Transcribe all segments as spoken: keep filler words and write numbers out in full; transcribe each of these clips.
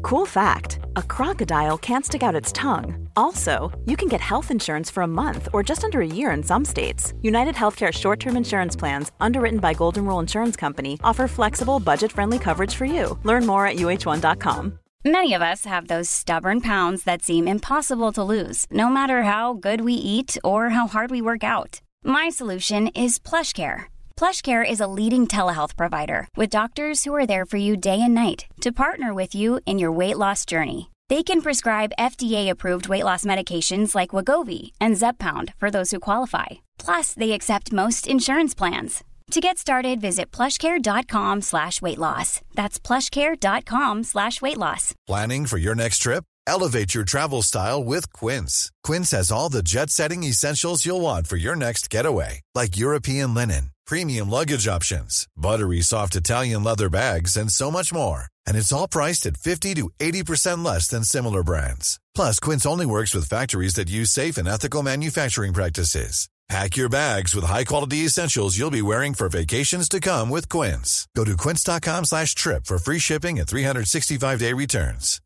Cool fact, a crocodile can't stick out its tongue. Also, you can get health insurance for a month or just under a year in some states. United Healthcare short-term insurance plans, underwritten by Golden Rule Insurance Company, offer flexible, budget-friendly coverage for you. Learn more at U H one dot com. Many of us have those stubborn pounds that seem impossible to lose, no matter how good we eat or how hard we work out. My solution is PlushCare. PlushCare is a leading telehealth provider with doctors who are there for you day and night to partner with you in your weight loss journey. They can prescribe F D A-approved weight loss medications like Wegovy and Zepbound for those who qualify. Plus, they accept most insurance plans. To get started, visit plushcare.com slash weight loss. That's plushcare.com slash weight loss. Planning for your next trip? Elevate your travel style with Quince. Quince has all the jet-setting essentials you'll want for your next getaway, like European linen, premium luggage options, buttery soft Italian leather bags, and so much more. And it's all priced at fifty to eighty percent less than similar brands. Plus, Quince only works with factories that use safe and ethical manufacturing practices. Pack your bags with high-quality essentials you'll be wearing for vacations to come with Quince. Go to quince.com slash trip for free shipping and three sixty-five day returns.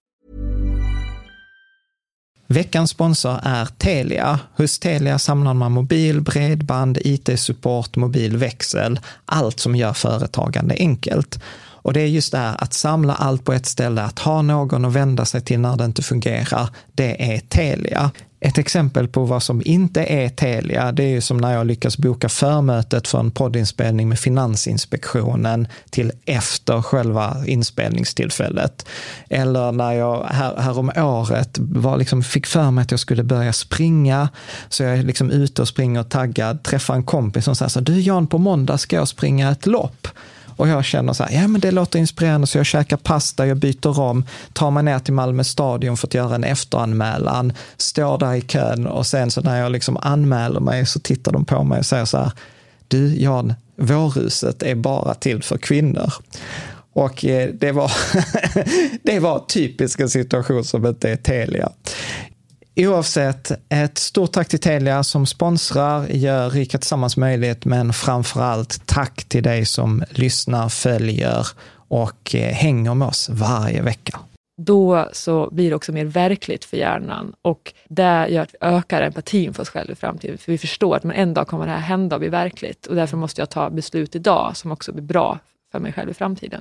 Veckans sponsor är Telia. Hos Telia samlar man mobil, bredband, I T-support, mobilväxel, allt som gör företagande enkelt. Och det är just det här att samla allt på ett ställe, att ha någon att vända sig till när det inte fungerar, det är Telia. Ett exempel på vad som inte är Telia, det är ju som när jag lyckas boka förmötet för en poddinspelning med Finansinspektionen till efter själva inspelningstillfället. Eller när jag här, här om året var liksom, fick för mig att jag skulle börja springa, så jag är liksom ute och springer och taggad, träffar en kompis som säger så, du Jan, på måndag ska jag springa ett lopp. Och jag känner så här, ja men det låter inspirerande, så jag käkar pasta, jag byter om, tar mig ner till Malmö stadion för att göra en efteranmälan, står där i kön, och sen så när jag liksom anmäler mig så tittar de på mig och säger så här, du Jan, vårhuset är bara till för kvinnor. Och det var, det var typisk en situation som inte är Telia. Oavsett, ett stort tack till Telia som sponsrar, gör Rika Tillsammans möjligt, men framförallt tack till dig som lyssnar, följer och hänger med oss varje vecka. Då så blir det också mer verkligt för hjärnan, och det gör att vi ökar empatin för oss själva i framtiden, för vi förstår att men en dag kommer det här hända och bli verkligt, och därför måste jag ta beslut idag som också blir bra för mig själv i framtiden.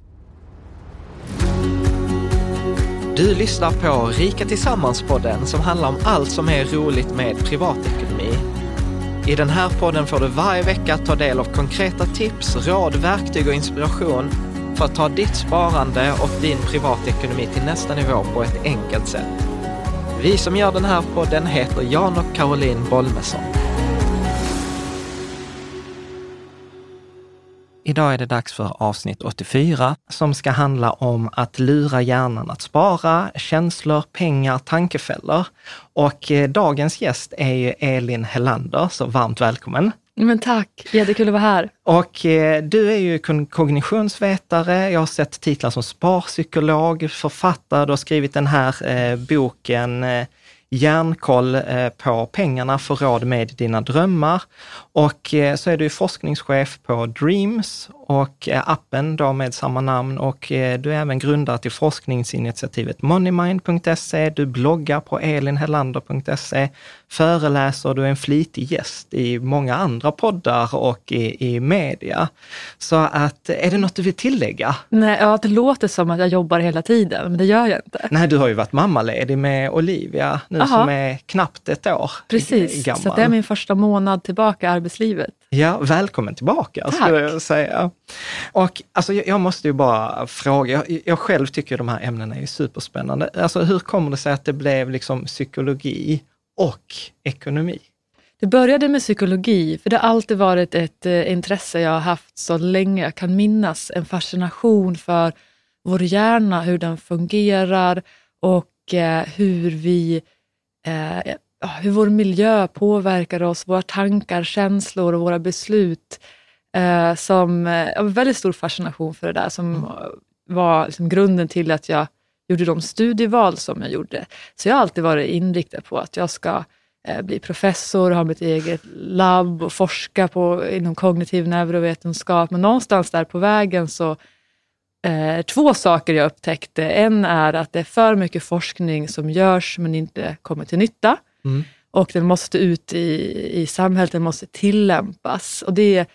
Du lyssnar på Rika Tillsammans-podden som handlar om allt som är roligt med privatekonomi. I den här podden får du varje vecka ta del av konkreta tips, råd, verktyg och inspiration för att ta ditt sparande och din privatekonomi till nästa nivå på ett enkelt sätt. Vi som gör den här podden heter Jan och Caroline Bolmesson. Idag är det dags för avsnitt åttiofyra som ska handla om att lura hjärnan att spara, känslor, pengar, tankefällor. Och eh, dagens gäst är ju Elin Hellander, så varmt välkommen. Men tack, jättekul att vara här. Och eh, du är ju kognitionsvetare, jag har sett titlar som sparpsykolog, författare, du har skrivit den här eh, boken eh, Hjärnkoll eh, på pengarna för råd med dina drömmar, och eh, så är du forskningschef på Dreams och eh, appen då med samma namn, och eh, du är även grundare till forskningsinitiativet moneymind punkt se, du bloggar på elinhellander punkt se, föreläser, du är en flitig gäst i många andra poddar och i, i media. Så att, är det något du vill tillägga? Nej, ja, det låter som att jag jobbar hela tiden, men det gör jag inte. Nej, du har ju varit mammaledig med Olivia nu. Aha. Som är knappt ett år Precis, gammal. Så det är min första månad tillbaka i arbetslivet. Ja, välkommen tillbaka. Tack. Skulle jag säga. Och alltså, jag, jag måste ju bara fråga, jag, jag själv tycker de här ämnena är superspännande. Alltså, hur kommer det sig att det blev liksom psykologi och ekonomi? Det började med psykologi, för det har alltid varit ett eh, intresse jag har haft så länge jag kan minnas. En fascination för vår hjärna, hur den fungerar och eh, hur vi eh, hur vår miljö påverkar oss, våra tankar, känslor och våra beslut. Eh, som eh, väldigt stor fascination för det där, som mm. var liksom grunden till att jag gjorde de studieval som jag gjorde. Så jag har alltid varit inriktad på att jag ska eh, bli professor, ha mitt eget labb och forska på, inom kognitiv neurovetenskap. Men någonstans där på vägen så eh, två saker jag upptäckte. En är att det är för mycket forskning som görs men inte kommer till nytta. Mm. Och den måste ut i, i samhället, den måste tillämpas. Och det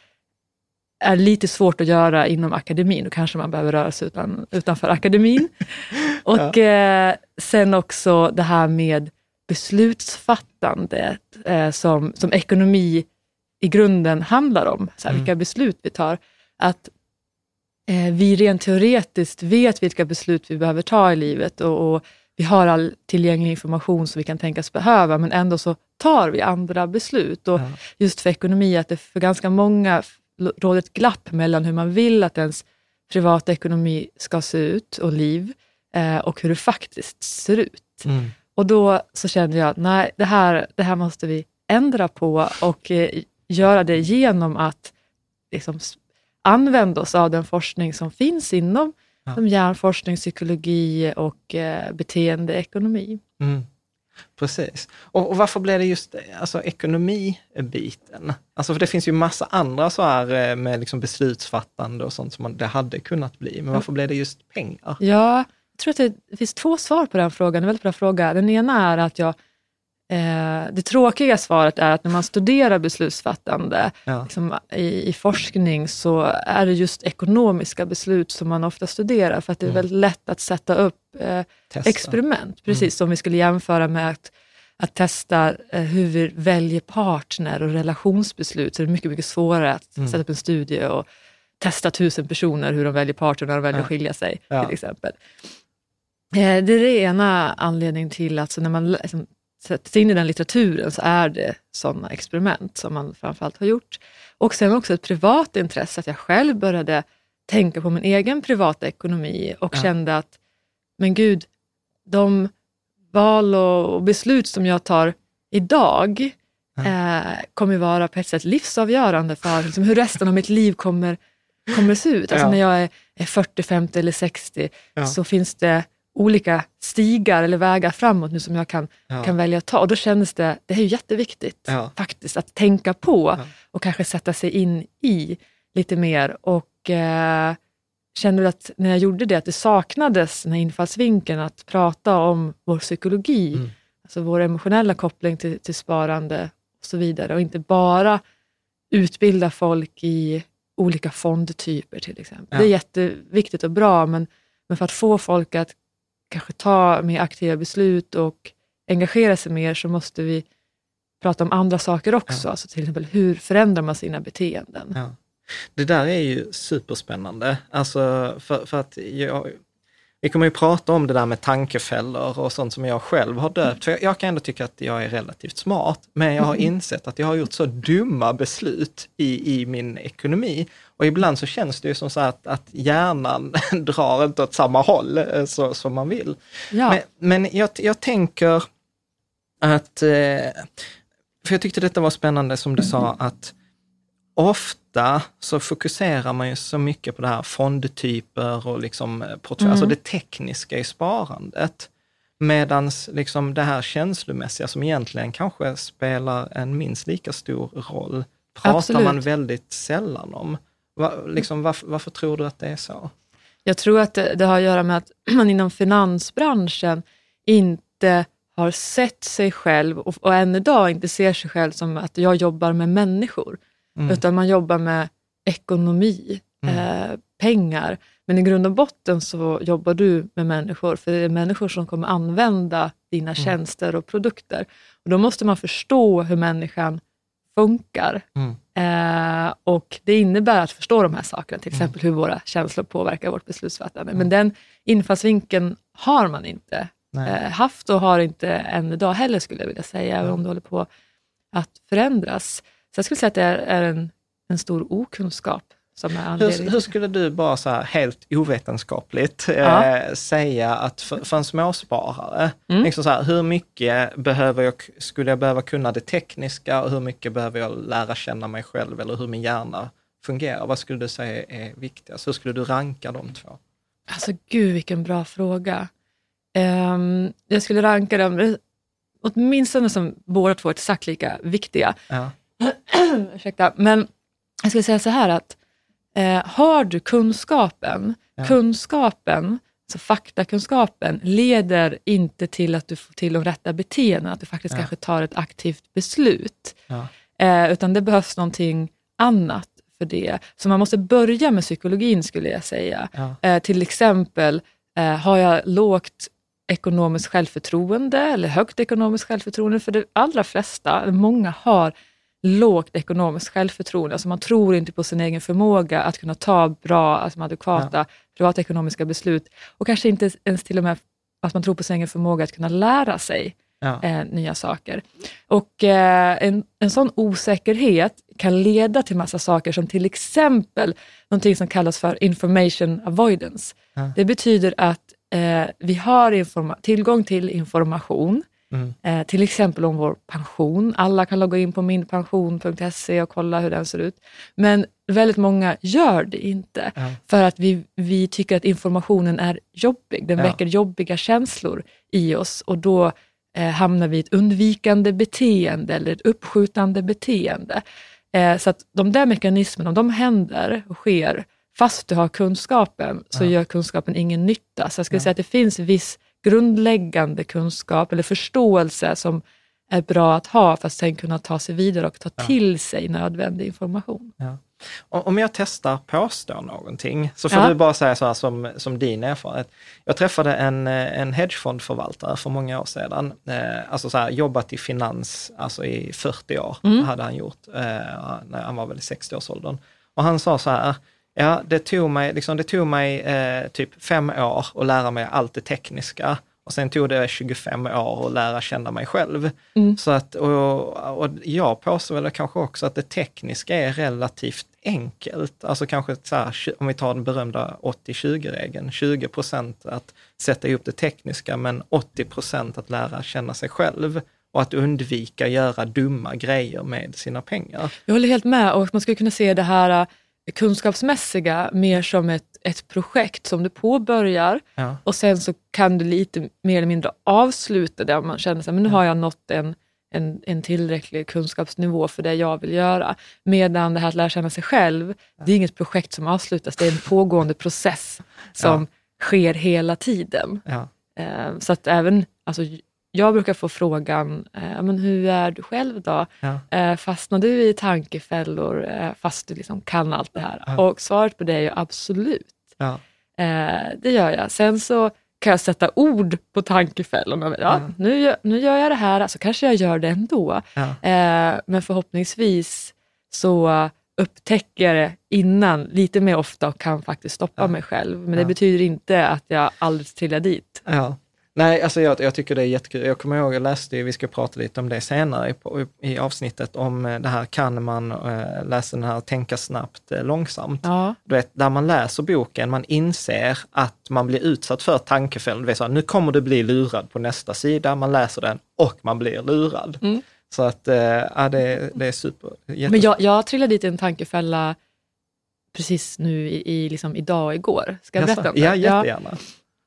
är lite svårt att göra inom akademin. Och kanske man behöver röra sig utan, utanför akademin. Och ja. eh, sen också det här med beslutsfattandet eh, som, som ekonomi i grunden handlar om. Så här, mm. Vilka beslut vi tar. Att eh, vi rent teoretiskt vet vilka beslut vi behöver ta i livet. Och, och vi har all tillgänglig information som vi kan tänkas behöva. Men ändå så tar vi andra beslut. Och ja. Just för ekonomi, att det för ganska många råder ett glapp mellan hur man vill att ens privata ekonomi ska se ut och liv. Eh, och hur det faktiskt ser ut. Mm. Och då så kände jag att nej, det här, det här måste vi ändra på. Och eh, göra det genom att liksom, använda oss av den forskning som finns inom ja. Som hjärnforskning, psykologi och eh, beteendeekonomi. Mm. Precis. Och, och varför blev det just alltså, ekonomibiten? Alltså för det finns ju massa andra så här med liksom beslutsfattande och sånt som man, det hade kunnat bli. Men varför blev det just pengar? Ja, jag tror att det finns två svar på den frågan. En väldigt bra fråga. Den ena är att jag Eh, det tråkiga svaret är att när man studerar beslutsfattande ja. liksom, i, i forskning så är det just ekonomiska beslut som man ofta studerar för att det är mm. väldigt lätt att sätta upp eh, experiment. Precis mm. som vi skulle jämföra med att, att testa eh, hur vi väljer partner och relationsbeslut, så det är mycket, mycket svårare att mm. sätta upp en studie och testa tusen personer hur de väljer partner när de väljer ja. Att skilja sig ja. Till exempel. Eh, det är det ena anledningen till att så när man liksom, sätter in i den litteraturen så är det sådana experiment som man framförallt har gjort. Och sen också ett privat intresse att jag själv började tänka på min egen privata ekonomi och ja. Kände att men gud, de val och beslut som jag tar idag ja. eh, kommer vara på ett sätt livsavgörande för liksom, hur resten av mitt liv kommer, kommer se ut. Alltså ja. När jag är, är fyrtio, femtio eller sextio ja. Så finns det olika stigar eller vägar framåt nu som jag kan, ja. Kan välja att ta. Och då kändes det, det är ju jätteviktigt ja. Faktiskt att tänka på ja. Och kanske sätta sig in i lite mer. Och eh, kände att när jag gjorde det att det saknades den här infallsvinkeln att prata om vår psykologi. Mm. Alltså vår emotionella koppling till, till sparande och så vidare. Och inte bara utbilda folk i olika fondtyper till exempel. Ja. Det är jätteviktigt och bra men, men för att få folk att kanske ta mer aktiva beslut och engagera sig mer så måste vi prata om andra saker också. Ja. Alltså till exempel hur förändrar man sina beteenden? Ja. Det där är ju superspännande. Alltså för, för att jag, vi kommer ju prata om det där med tankefällor och sånt som jag själv har döpt. För jag, jag kan ändå tycka att jag är relativt smart. Men jag har insett att jag har gjort så dumma beslut i, i min ekonomi. Och ibland så känns det ju som så att, att hjärnan drar inte åt samma håll så, som man vill. Ja. Men, men jag, jag tänker att, för jag tyckte detta var spännande som du sa, att ofta så fokuserar man ju så mycket på det här fondtyper och liksom portfölj, mm. alltså det tekniska i sparandet. Medans liksom det här känslomässiga som egentligen kanske spelar en minst lika stor roll, pratar Absolut. Man väldigt sällan om. Va, liksom, varför, varför tror du att det är så? Jag tror att det, det har att göra med att man inom finansbranschen inte har sett sig själv och, och än idag inte ser sig själv som att jag jobbar med människor. Mm. Utan man jobbar med ekonomi, mm. eh, pengar. Men i grund och botten så jobbar du med människor. För det är människor som kommer använda dina mm. tjänster och produkter. Och då måste man förstå hur människan funkar. Mm. Eh, och det innebär att förstå de här sakerna. Till exempel mm. hur våra känslor påverkar vårt beslutsfattande. Mm. Men den infallsvinkeln har man inte eh, haft och har inte än idag heller skulle jag vilja säga. Mm. Även om det håller på att förändras. Så jag skulle säga att det är, är en, en stor okunskap som är anledningen. Hur, hur skulle du bara så här helt ovetenskapligt ja. eh, säga att för, för en småsparare, mm. liksom så här, hur mycket behöver jag, skulle jag behöva kunna det tekniska och hur mycket behöver jag lära känna mig själv eller hur min hjärna fungerar? Vad skulle du säga är viktigast? Hur skulle du ranka de två? Alltså gud vilken bra fråga. Um, jag skulle ranka dem åtminstone som båda två är exakt lika viktiga. Ja. Ursäkta, men jag skulle säga så här att eh, har du kunskapen Ja. Kunskapen, så faktakunskapen, leder inte till att du får till de rätta beteenden, att du faktiskt ja. kanske tar ett aktivt beslut. Ja. Eh, utan det behövs någonting annat för det. Så man måste börja med psykologin, skulle jag säga. Ja. Eh, till exempel, eh, har jag lågt ekonomiskt självförtroende eller högt ekonomiskt självförtroende? För de allra flesta, många har lågt ekonomiskt självförtroende. Alltså man tror inte på sin egen förmåga att kunna ta bra, alltså adekvata ja. privatekonomiska beslut. Och kanske inte ens till och med att man tror på sin egen förmåga att kunna lära sig ja. eh, nya saker. Och eh, en, en sån osäkerhet kan leda till massa saker som till exempel någonting som kallas för information avoidance. Ja. Det betyder att eh, vi har informa- tillgång till information. Mm. Eh, till exempel om vår pension. Alla kan logga in på minpension punkt se och kolla hur den ser ut. Men väldigt många gör det inte. Ja. För att vi, vi tycker att informationen är jobbig. Den ja. väcker jobbiga känslor i oss. Och då eh, hamnar vi i ett undvikande beteende eller ett uppskjutande beteende. Eh, så att de där mekanismerna, om de händer och sker fast du har kunskapen, så ja. gör kunskapen ingen nytta. Så jag skulle ja. säga att det finns viss grundläggande kunskap eller förståelse som är bra att ha för att sen kunna ta sig vidare och ta ja. till sig nödvändig information. Ja. Om jag testar påstå någonting så får ja. du bara säga så här som, som din erfarenhet. Jag träffade en, en hedgefondförvaltare för många år sedan. Eh, alltså så här, jobbat i finans alltså i fyrtio år mm. hade han gjort. Eh, när han var väl i sextio-årsåldern. Och han sa så här: ja, det tog mig, liksom, det tog mig eh, typ fem år att lära mig allt det tekniska. Och sen tog det tjugofem år att lära känna mig själv. Mm. Så att, och, och jag påstår väl kanske också att det tekniska är relativt enkelt. Alltså kanske så här, om vi tar den berömda åttio tjugo-regeln. tjugo procent att sätta ihop det tekniska, men åttio procent att lära känna sig själv. Och att undvika göra dumma grejer med sina pengar. Jag håller helt med, och man skulle kunna se det här kunskapsmässiga mer som ett, ett projekt som du påbörjar ja. och sen så kan du lite mer eller mindre avsluta det om man känner sig, men nu ja. har jag nått en, en, en tillräcklig kunskapsnivå för det jag vill göra. Medan det här att lära känna sig själv, ja. det är inget projekt som avslutas, det är en pågående process som ja. sker hela tiden. Ja. Eh, så att även, alltså jag brukar få frågan, eh, men hur är du själv då? Ja. Eh, fastnar du i tankefällor eh, fast du liksom kan allt det här? Ja. Och svaret på det är ju absolut. Ja. Eh, det gör jag. Sen så kan jag sätta ord på tankefällorna. Ja, ja. Nu, nu gör jag det här, så kanske jag gör det ändå. Ja. Eh, men förhoppningsvis så upptäcker jag det innan lite mer ofta och kan faktiskt stoppa ja. mig själv. Men det ja. betyder inte att jag aldrig trillar dit. Ja. Nej, alltså jag, jag tycker det är jättekul. Jag kommer ihåg, jag läste, vi ska prata lite om det senare i, i avsnittet, om det här kan man äh, läsa den här Tänka snabbt, äh, långsamt. Ja. Du vet, där man läser boken, man inser att man blir utsatt för tankefällor. Du vet så, nu kommer du bli lurad på nästa sida, man läser den och man blir lurad. Mm. Så att, äh, ja, det, det är super. Jättesupert. Men jag, jag trillade dit i en tankefälla precis nu i, i liksom idag och igår. Ska jag berätta om det? Ja, jättegärna. Ja.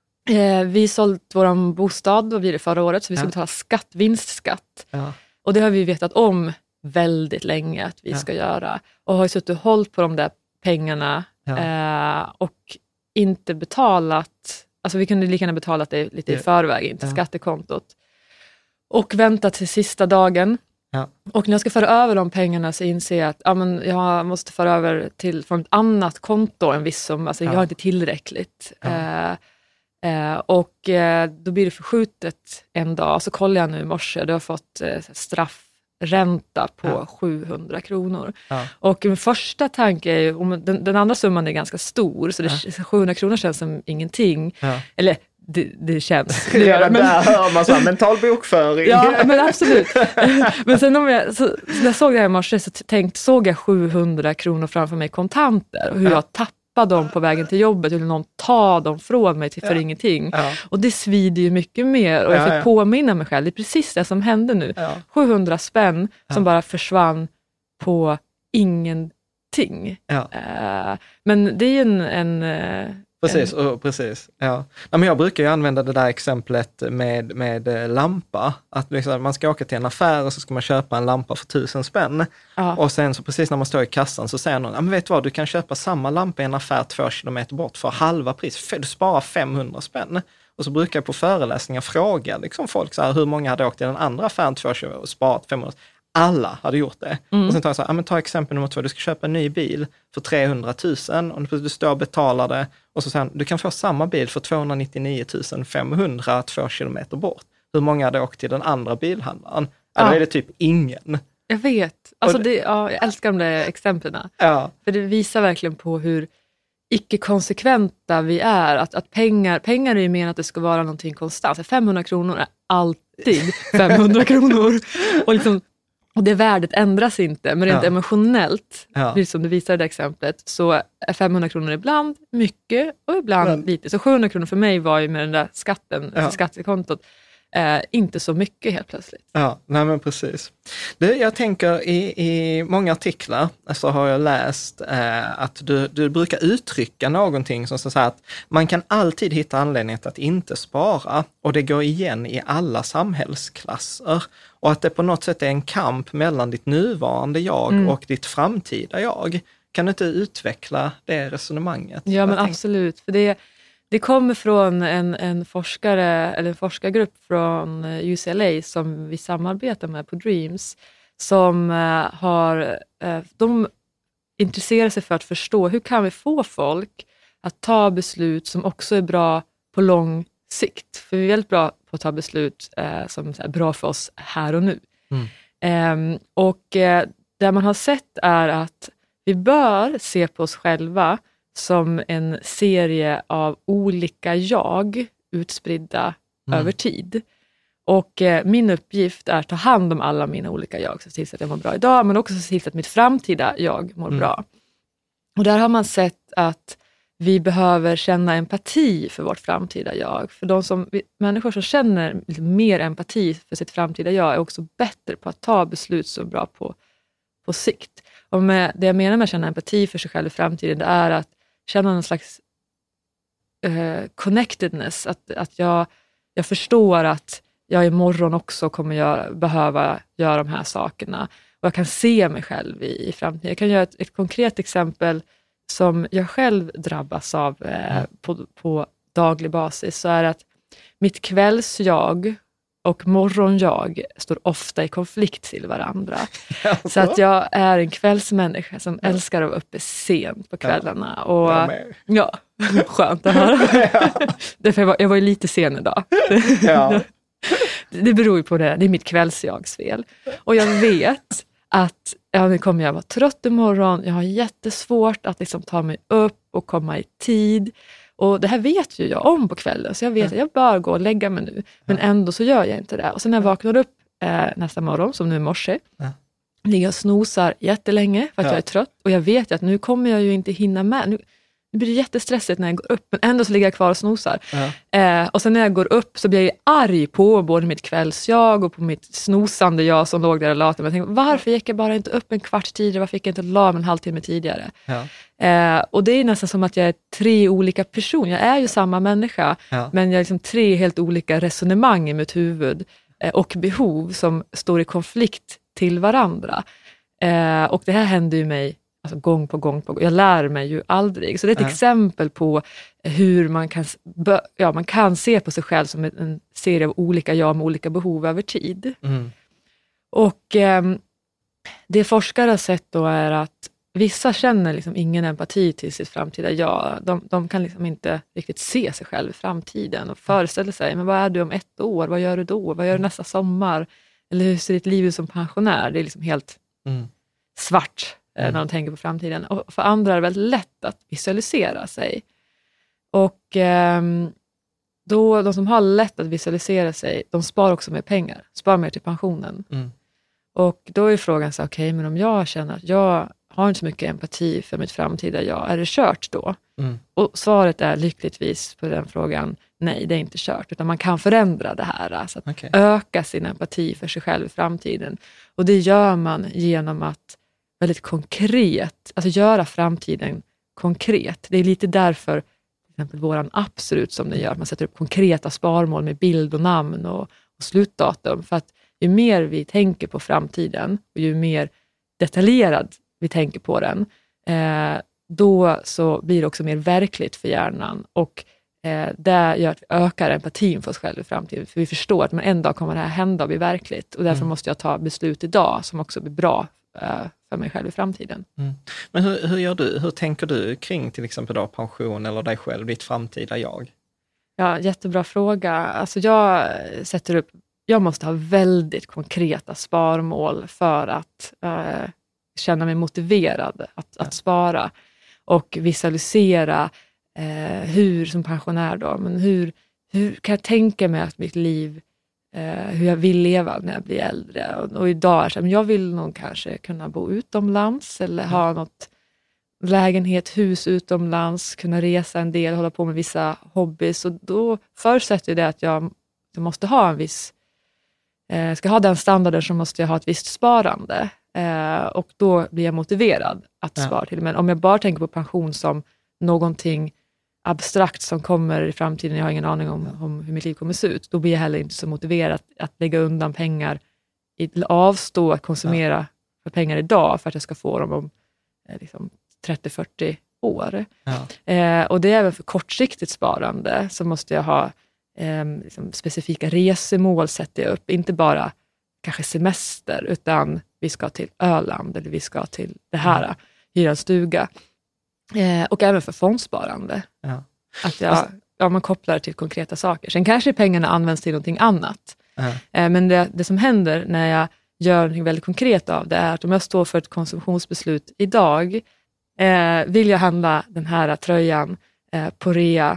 Eh, vi sålt vår bostad och vi det förra året, så vi ska ja. betala skatt, vinstskatt. Ja. Och det har vi vetat om väldigt länge att vi ja. ska göra. Och har ju suttit och hållit på de där pengarna ja. eh, och inte betalat. Alltså vi kunde lika gärna betalat det lite i förväg, inte ja. skattekontot. Och väntat till sista dagen. Ja. Och när jag ska föra över de pengarna så inser jag att ja, men jag måste föra över till, från ett annat konto en viss summa. Alltså ja. jag har inte tillräckligt. Ja. Eh, Eh, och eh, då blir det förskjutet en dag. Så kollar jag nu i morse. Du har fått eh, straffränta på ja. sjuhundra kronor. Ja. Och min första tanke är ju, om den, den andra summan är ganska stor. Så det, ja. sjuhundra kronor känns som ingenting. Ja. Eller det, det känns. Det ja, men, där hör man så här, mental bokföring. Ja, men absolut. Men sen om jag, så, när jag såg det här i morse så tänkt, såg jag sjuhundra kronor framför mig kontanter. Och hur ja. jag tappade dem på vägen till jobbet, eller någon ta dem från mig till för ja. ingenting. Ja. Och det svider ju mycket mer. Och jag fick ja, ja. påminna mig själv, det är precis det som hände nu. Ja. sjuhundra spänn ja. som bara försvann på ingenting. Ja. Uh, men det är ju en... en Precis, och precis. Ja. Ja, men jag brukar ju använda det där exemplet med, med lampa. Att liksom, man ska åka till en affär och så ska man köpa en lampa för tusen spänn. Ja. Och sen så precis när man står i kassan så säger någon, ja, men vet du vad, du kan köpa samma lampa i en affär två kilometer bort för halva pris. Du sparar femhundra spänn. Och så brukar jag på föreläsningar fråga liksom folk så här, hur många hade åkt till den andra affären två kilometer och sparat femhundra. Alla hade gjort det. Mm. Och sen tar jag så här, ja, men ta exempel nummer två, du ska köpa en ny bil för trehundratusen och du står och betalar det och så sen, du kan få samma bil för tvåhundranittionio tusen femhundra två kilometer bort. Hur många hade åkt till den andra bilhandlaren? Ja. Då är det typ ingen. Jag vet. Alltså det, ja, jag älskar de där exemplen. Ja. För det visar verkligen på hur icke-konsekventa vi är. Att, att pengar, pengar är ju menat att det ska vara någonting konstant. femhundra kronor är alltid femhundra kronor. Och liksom Och det värdet ändras inte, men rent ja. emotionellt, ja. som du visar i det exemplet, så är femhundra kronor ibland mycket och ibland men. lite. Så sjuhundra kronor för mig var ju med den där skatten, ja. alltså skattekontot, eh, inte så mycket helt plötsligt. Ja, nej men precis. Du, jag tänker i, i många artiklar så har jag läst eh, att du, du brukar uttrycka någonting som så att man kan alltid hitta anledning till att inte spara och det går igen i alla samhällsklasser. Och att det på något sätt är en kamp mellan ditt nuvarande jag mm. och ditt framtida jag. Kan du inte utveckla det resonemanget? Ja, men absolut. För det, det kommer från en, en forskare eller en forskargrupp från U C L A som vi samarbetar med på Dreams. Som uh, har, uh, de intresserar sig för att förstå hur kan vi få folk att ta beslut som också är bra på lång sikt. För vi är väldigt bra på att ta beslut eh, som är bra för oss här och nu. Mm. Eh, och eh, det man har sett är att vi bör se på oss själva som en serie av olika jag utspridda mm. över tid. Och eh, min uppgift är att ta hand om alla mina olika jag. Så till att jag mår bra idag, men också så till att mitt framtida jag mår mm. bra. Och där har man sett att vi behöver känna empati för vårt framtida jag. För de som, människor som känner mer empati för sitt framtida jag är också bättre på att ta beslut som är bra på, på sikt. Och med, det jag menar med att känna empati för sig själv i framtiden, det är att känna någon slags uh, connectedness. Att, att jag, jag förstår att jag imorgon också kommer göra, behöva göra de här sakerna. Och jag kan se mig själv i, i framtiden. Jag kan göra ett, ett konkret exempel som jag själv drabbas av eh, mm. på, på daglig basis, så är att mitt kvällsjag och morgonjag står ofta i konflikt till varandra. Ja, så. så att jag är en kvällsmänniska som ja. älskar att vara uppe sent på kvällarna. Ja. Och, ja, skönt att höra. Ja. Därför jag var, jag var ju lite sen idag. Ja. Det beror ju på det, det är mitt kvällsjags fel. Och jag vet att ja, nu kommer jag vara trött imorgon. Jag har jättesvårt att liksom ta mig upp och komma i tid. Och det här vet ju jag om på kvällen. Så jag vet att jag bör gå och lägga mig nu. Men ändå så gör jag inte det. Och sen när jag vaknar upp eh, nästa morgon, som nu i morse. Ja. Ligger och snosar jättelänge för att ja. jag är trött. Och jag vet ju att nu kommer jag ju inte hinna med. Nu, nu blir det jättestressigt när jag går upp. Men ändå så ligger jag kvar och snosar. Ja. Eh, och sen när jag går upp så blir jag arg på både mitt kvällsjag och på mitt snosande jag som låg där och lade mig. Jag tänkte, varför gick jag bara inte upp en kvart tidigare? Varför gick jag inte la mig en halvtimme tidigare? Ja. Eh, och det är nästan som att jag är tre olika personer. Jag är ju samma människa. Ja. Men jag är liksom tre helt olika resonemang i mitt huvud. Eh, och behov som står i konflikt till varandra. Eh, och det här händer ju mig alltså gång på gång på gång. Jag lär mig ju aldrig. Så det är ett ja. exempel på hur man kan, ja, man kan se på sig själv som en serie av olika jag med olika behov över tid. Mm. Och eh, det forskare har sett då är att vissa känner liksom ingen empati till sitt framtida jag. De, de kan liksom inte riktigt se sig själv i framtiden och föreställa sig, men vad är du om ett år? Vad gör du då? Vad gör du nästa sommar? Eller hur ser ditt liv ut som pensionär? Det är liksom helt mm. svart mm. när de tänker på framtiden. Och för andra är det väldigt lätt att visualisera sig. Och eh, då, de som har lätt att visualisera sig, de sparar också mer pengar. Sparar mer till pensionen. Mm. Och då är frågan så okej, okay, men om jag känner att jag har inte så mycket empati för mitt framtida jag, är det kört då? Mm. Och svaret är lyckligtvis på den frågan, nej, det är inte kört. Utan man kan förändra det här. Alltså att okay. öka sin empati för sig själv i framtiden. Och det gör man genom att väldigt konkret, alltså göra framtiden konkret. Det är lite därför exempel våran app ser ut som den gör. Man sätter upp konkreta sparmål med bild och namn och, och slutdatum. För att ju mer vi tänker på framtiden och ju mer detaljerad vi tänker på den, eh, då så blir det också mer verkligt för hjärnan. Och eh, det gör att vi ökar empatin för oss själva i framtiden. För vi förstår att men en dag kommer det här hända och bli verkligt. Och därför mm. måste jag ta beslut idag som också blir bra eh, för mig själv i framtiden. Mm. Men hur, hur gör du? Hur tänker du kring till exempel då pension eller dig själv, ditt framtida jag? Ja, jättebra fråga. Alltså jag sätter upp, jag måste ha väldigt konkreta sparmål för att eh, känna mig motiverad att, ja. att spara. Och visualisera eh, hur, som pensionär då, men hur, hur kan jag tänka mig att mitt liv, eh, hur jag vill leva när jag blir äldre. Och, och idag är så, men jag vill nog kanske kunna bo utomlands eller mm. ha något lägenhet, hus utomlands, kunna resa en del, hålla på med vissa hobbys. Och då förutsätter det att jag, jag måste ha en viss, eh, ska ha den standarden så måste jag ha ett visst sparande. Eh, och då blir jag motiverad att ja. spara till. Men om jag bara tänker på pension som någonting abstrakt som kommer i framtiden, jag har ingen aning om, om hur mitt liv kommer se ut, då blir jag heller inte så motiverad att, att lägga undan pengar, i, avstå att konsumera ja. för pengar idag för att jag ska få dem om eh, liksom trettio till fyrtio år. Ja. Eh, och det är även för kortsiktigt sparande så måste jag ha eh, liksom specifika resemål sätter jag upp, inte bara kanske semester, utan vi ska till Öland eller vi ska till det här, mm. hyra en stuga. Eh, och även för fondsparande. Ja. Att jag, alltså, ja, man kopplar till konkreta saker. Sen kanske pengarna används till någonting annat. Ja. Eh, men det, det som händer när jag gör något väldigt konkret av det är att om jag står för ett konsumtionsbeslut idag, eh, vill jag handla den här tröjan eh, på rea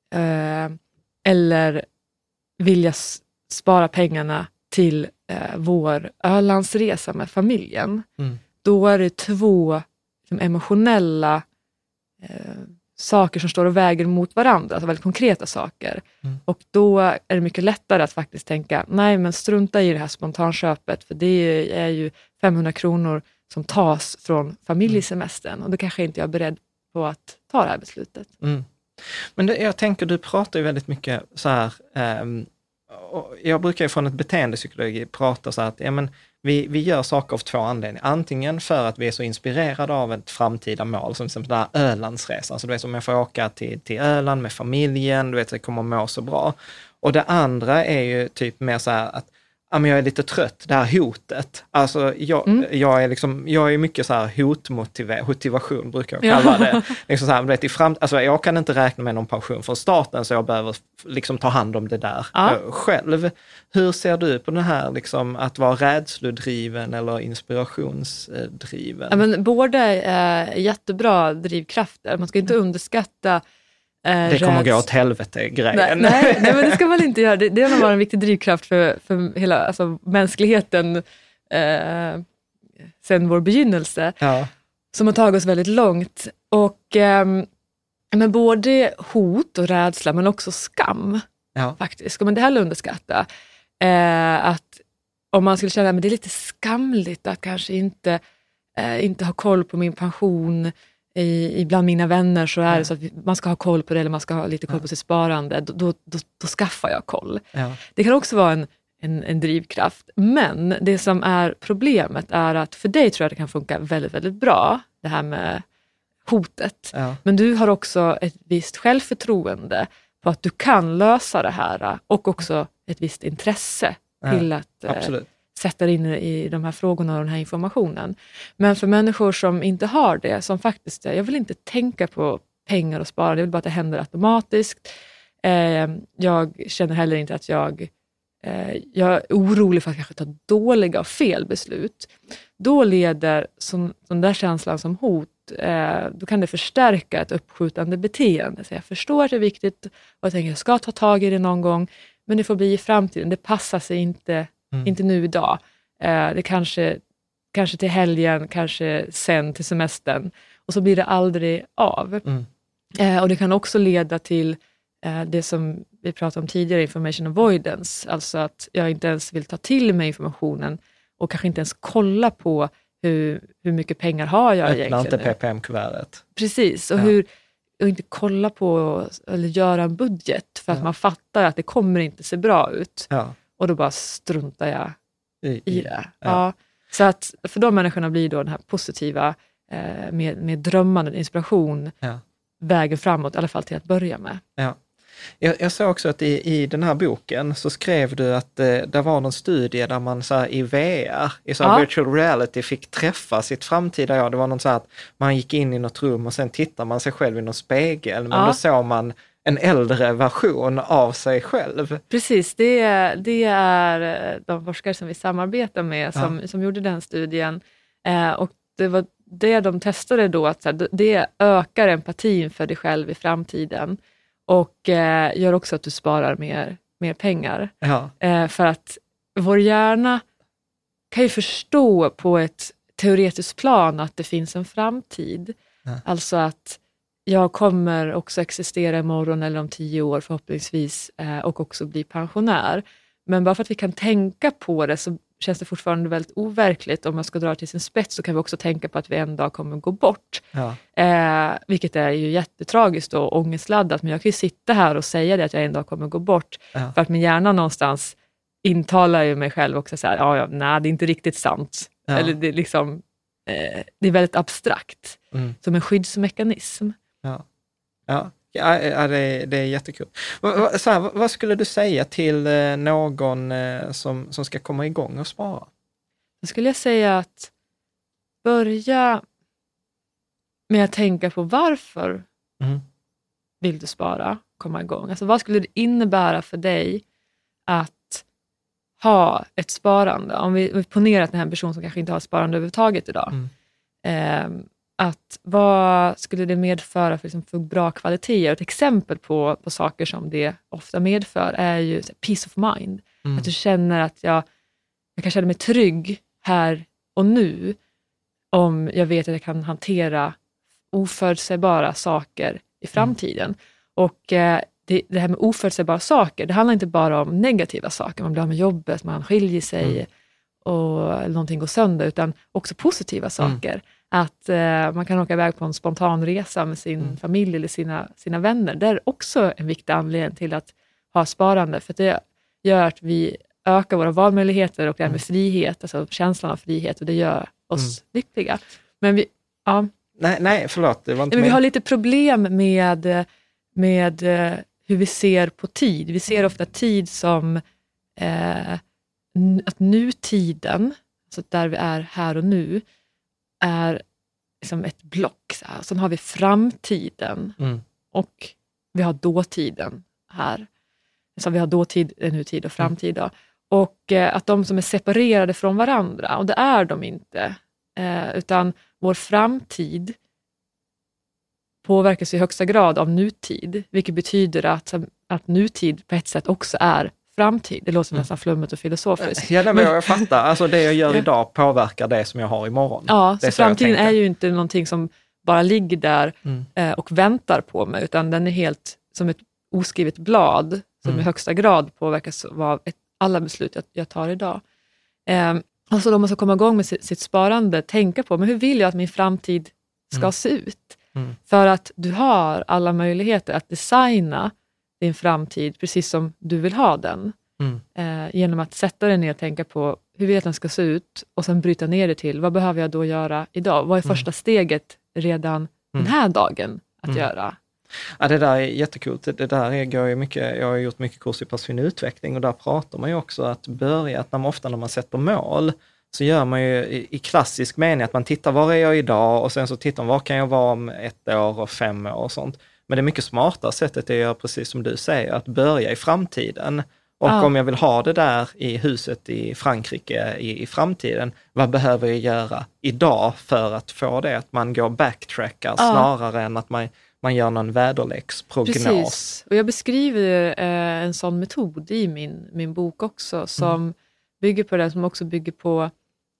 eh, eller vill jag s- spara pengarna till eh, vår Ölandsresa med familjen. Mm. Då är det två liksom, emotionella eh, saker som står och väger mot varandra, alltså väldigt konkreta saker. Mm. Och då är det mycket lättare att faktiskt tänka, nej men strunta i det här spontanköpet, för det är ju femhundra kronor som tas från familjesemestern mm. och då kanske inte jag är beredd på att ta det här beslutet. Mm. Men det, jag tänker, du pratar ju väldigt mycket så här, um, och jag brukar ju från ett beteendepsykologi prata så här att ja, men vi, vi gör saker av två anledningar. Antingen för att vi är så inspirerade av ett framtida mål, som till exempel den här Ölandsresan. Så du vet, om jag får åka till, till Öland med familjen, du vet, det kommer att må så bra. Och det andra är ju typ mer så här att ja, men jag är lite trött, det här hotet. Alltså jag, mm. jag är liksom, jag är mycket så här hotmotivation brukar jag kalla det. Liksom så här, vet, i fram, alltså jag kan inte räkna med någon pension från staten så jag behöver liksom ta hand om det där ja. själv. Hur ser du på det här liksom, att vara rädslodriven eller inspirationsdriven? Ja, men båda är jättebra drivkrafter. Man ska inte underskatta det kommer räds... gå åt helvete grejen. Nej, nej, nej, men det ska man inte göra. Det, det har varit en viktig drivkraft för, för hela alltså, mänskligheten eh, sen vår begynnelse. Ja. Som har tagit oss väldigt långt. Och eh, men både hot och rädsla, men också skam. Ja. Faktiskt. Ska man inte heller underskatta. Eh, att om man skulle känna att det är lite skamligt att kanske inte, eh, inte ha koll på min pension. I, ibland mina vänner så är ja. det så att vi, man ska ha koll på det eller man ska ha lite koll ja. på sitt sparande. Då, då, då, då skaffar jag koll. Ja. Det kan också vara en, en, en drivkraft. Men det som är problemet är att för dig tror jag det kan funka väldigt, väldigt bra. Det här med hotet. Ja. Men du har också ett visst självförtroende på att du kan lösa det här. Och också ett visst intresse ja. till att... Absolut. sätter in i de här frågorna och den här informationen. Men för människor som inte har det, som faktiskt, jag vill inte tänka på pengar och spara, jag vill bara att det händer automatiskt. Eh, jag känner heller inte att jag, eh, jag är orolig för att kanske ta dåliga och fel beslut. Då leder sån, sån där känslan som hot, eh, då kan det förstärka ett uppskjutande beteende. Så jag förstår att det är viktigt och jag tänker att jag ska ta tag i det någon gång, men det får bli i framtiden. Det passar sig inte Mm. Inte nu idag. Eh, det kanske, kanske till helgen, kanske sen till semestern. Och så blir det aldrig av. Mm. Eh, och det kan också leda till eh, det som vi pratade om tidigare, information avoidance. Alltså att jag inte ens vill ta till mig informationen och kanske inte ens kolla på hur, hur mycket pengar har jag Öppna egentligen. Öppna inte P P M-kuvertet. Precis, och ja. hur, och inte kolla på eller göra en budget för att ja. man fattar att det kommer inte se bra ut. Ja. Och då bara struntar jag i, i det. Ja. Ja. Så att för de människorna blir då den här positiva eh, med, med drömmande inspiration ja. vägen framåt, i alla fall till att börja med. Ja. Jag, jag såg också att i, i den här boken så skrev du att eh, det var någon studie där man så här, i V R, i så här, ja. virtual reality fick träffa sitt framtida jag. Det var någon så här att man gick in i något rum och sen tittar man sig själv i någon spegel, men ja. då såg man en äldre version av sig själv. Precis, det är, det är de forskare som vi samarbetar med som, ja. som gjorde den studien. Eh, och det var det de testade då, att så här, det ökar empatin för dig själv i framtiden. Och eh, gör också att du sparar mer, mer pengar. Ja. Eh, för att vår hjärna kan ju förstå på ett teoretiskt plan att det finns en framtid. Ja. Alltså att jag kommer också existera imorgon eller om tio år förhoppningsvis eh, och också bli pensionär. Men bara för att vi kan tänka på det så känns det fortfarande väldigt overkligt. Om man ska dra till sin spets så kan vi också tänka på att vi en dag kommer gå bort. Ja. Eh, vilket är ju jättetragiskt och ångestladdat. Men jag kan ju sitta här och säga det att jag en dag kommer gå bort. Ja. För att min hjärna någonstans intalar ju mig själv också så här, ja, ja, nej, det är inte riktigt sant. Ja. Eller det är liksom, eh, det är väldigt abstrakt. Mm. Som en skyddsmekanism. Ja, ja. Ja, det, det är jättekul. Så här, vad skulle du säga till någon som, som ska komma igång och spara? Då skulle jag säga att börja med att tänka på varför mm. vill du spara, komma igång. Alltså vad skulle det innebära för dig att ha ett sparande? Om vi, vi ponerar att den här personen som kanske inte har sparande överhuvudtaget idag. Mm. Eh, att vad skulle det medföra för, liksom, för bra kvaliteter? Ett exempel på, på saker som det ofta medför är ju peace of mind. Mm. Att du känner att jag, jag kan känna mig trygg här och nu om jag vet att jag kan hantera oförutsägbara saker i framtiden. Mm. Och eh, det, det här med oförutsägbara saker, det handlar inte bara om negativa saker. Man blir av med jobbet, man skiljer sig mm. och någonting går sönder, utan också positiva saker. Mm. Att eh, man kan åka iväg på en spontan resa med sin mm. familj eller sina, sina vänner. Det är också en viktig anledning till att ha sparande. För det gör att vi ökar våra valmöjligheter och därmed mm. frihet. Alltså känslan av frihet, och det gör oss mm. lyckliga. Men vi, ja. Nej, nej, förlåt. Det var inte Men vi har lite problem med, med hur vi ser på tid. Vi ser ofta tid som eh, att nutiden, alltså där vi är här och nu, är liksom ett block. Så här. Sen har vi framtiden mm. och vi har dåtiden här. Så vi har dåtid, nutid och framtid. Mm. Och eh, att de som är separerade från varandra, och det är de inte. Eh, utan vår framtid påverkas i högsta grad av nutid. Vilket betyder att, att nutid på ett sätt också är framtid. Det låter mm. nästan flummigt och filosofiskt. Ja, men jag fattar. Alltså det jag gör idag påverkar det som jag har imorgon. Ja, det så, så framtiden är ju inte någonting som bara ligger där mm. eh, och väntar på mig, utan den är helt som ett oskrivet blad som mm. i högsta grad påverkas av ett, alla beslut jag, jag tar idag. Eh, och så då måste jag komma igång med sitt, sitt sparande, tänka på, men hur vill jag att min framtid ska mm. se ut? Mm. För att du har alla möjligheter att designa din framtid precis som du vill ha den. Mm. Eh, genom att sätta dig ner och tänka på hur vill jag att den ska se ut, och sen bryta ner det till vad behöver jag då göra idag? Vad är första mm. steget redan mm. den här dagen att mm. göra? Ja, det där är jättekult. Det där är, går ju mycket, jag har gjort mycket kurs i personlig utveckling, och där pratar man ju också att börja, att när man, ofta när man sätter mål så gör man ju i, i klassisk mening att man tittar var är jag idag, och sen så tittar man var kan jag vara om ett år och fem år och sånt. Men det är mycket smartare sättet att göra precis som du säger, att börja i framtiden. Och ja. om jag vill ha det där i huset i Frankrike i, i framtiden, vad behöver jag göra idag för att få det? Att man går backtrackar ja. snarare än att man, man gör någon väderleksprognos. Precis, och jag beskriver eh, en sån metod i min, min bok också, som mm. bygger på det, som också bygger på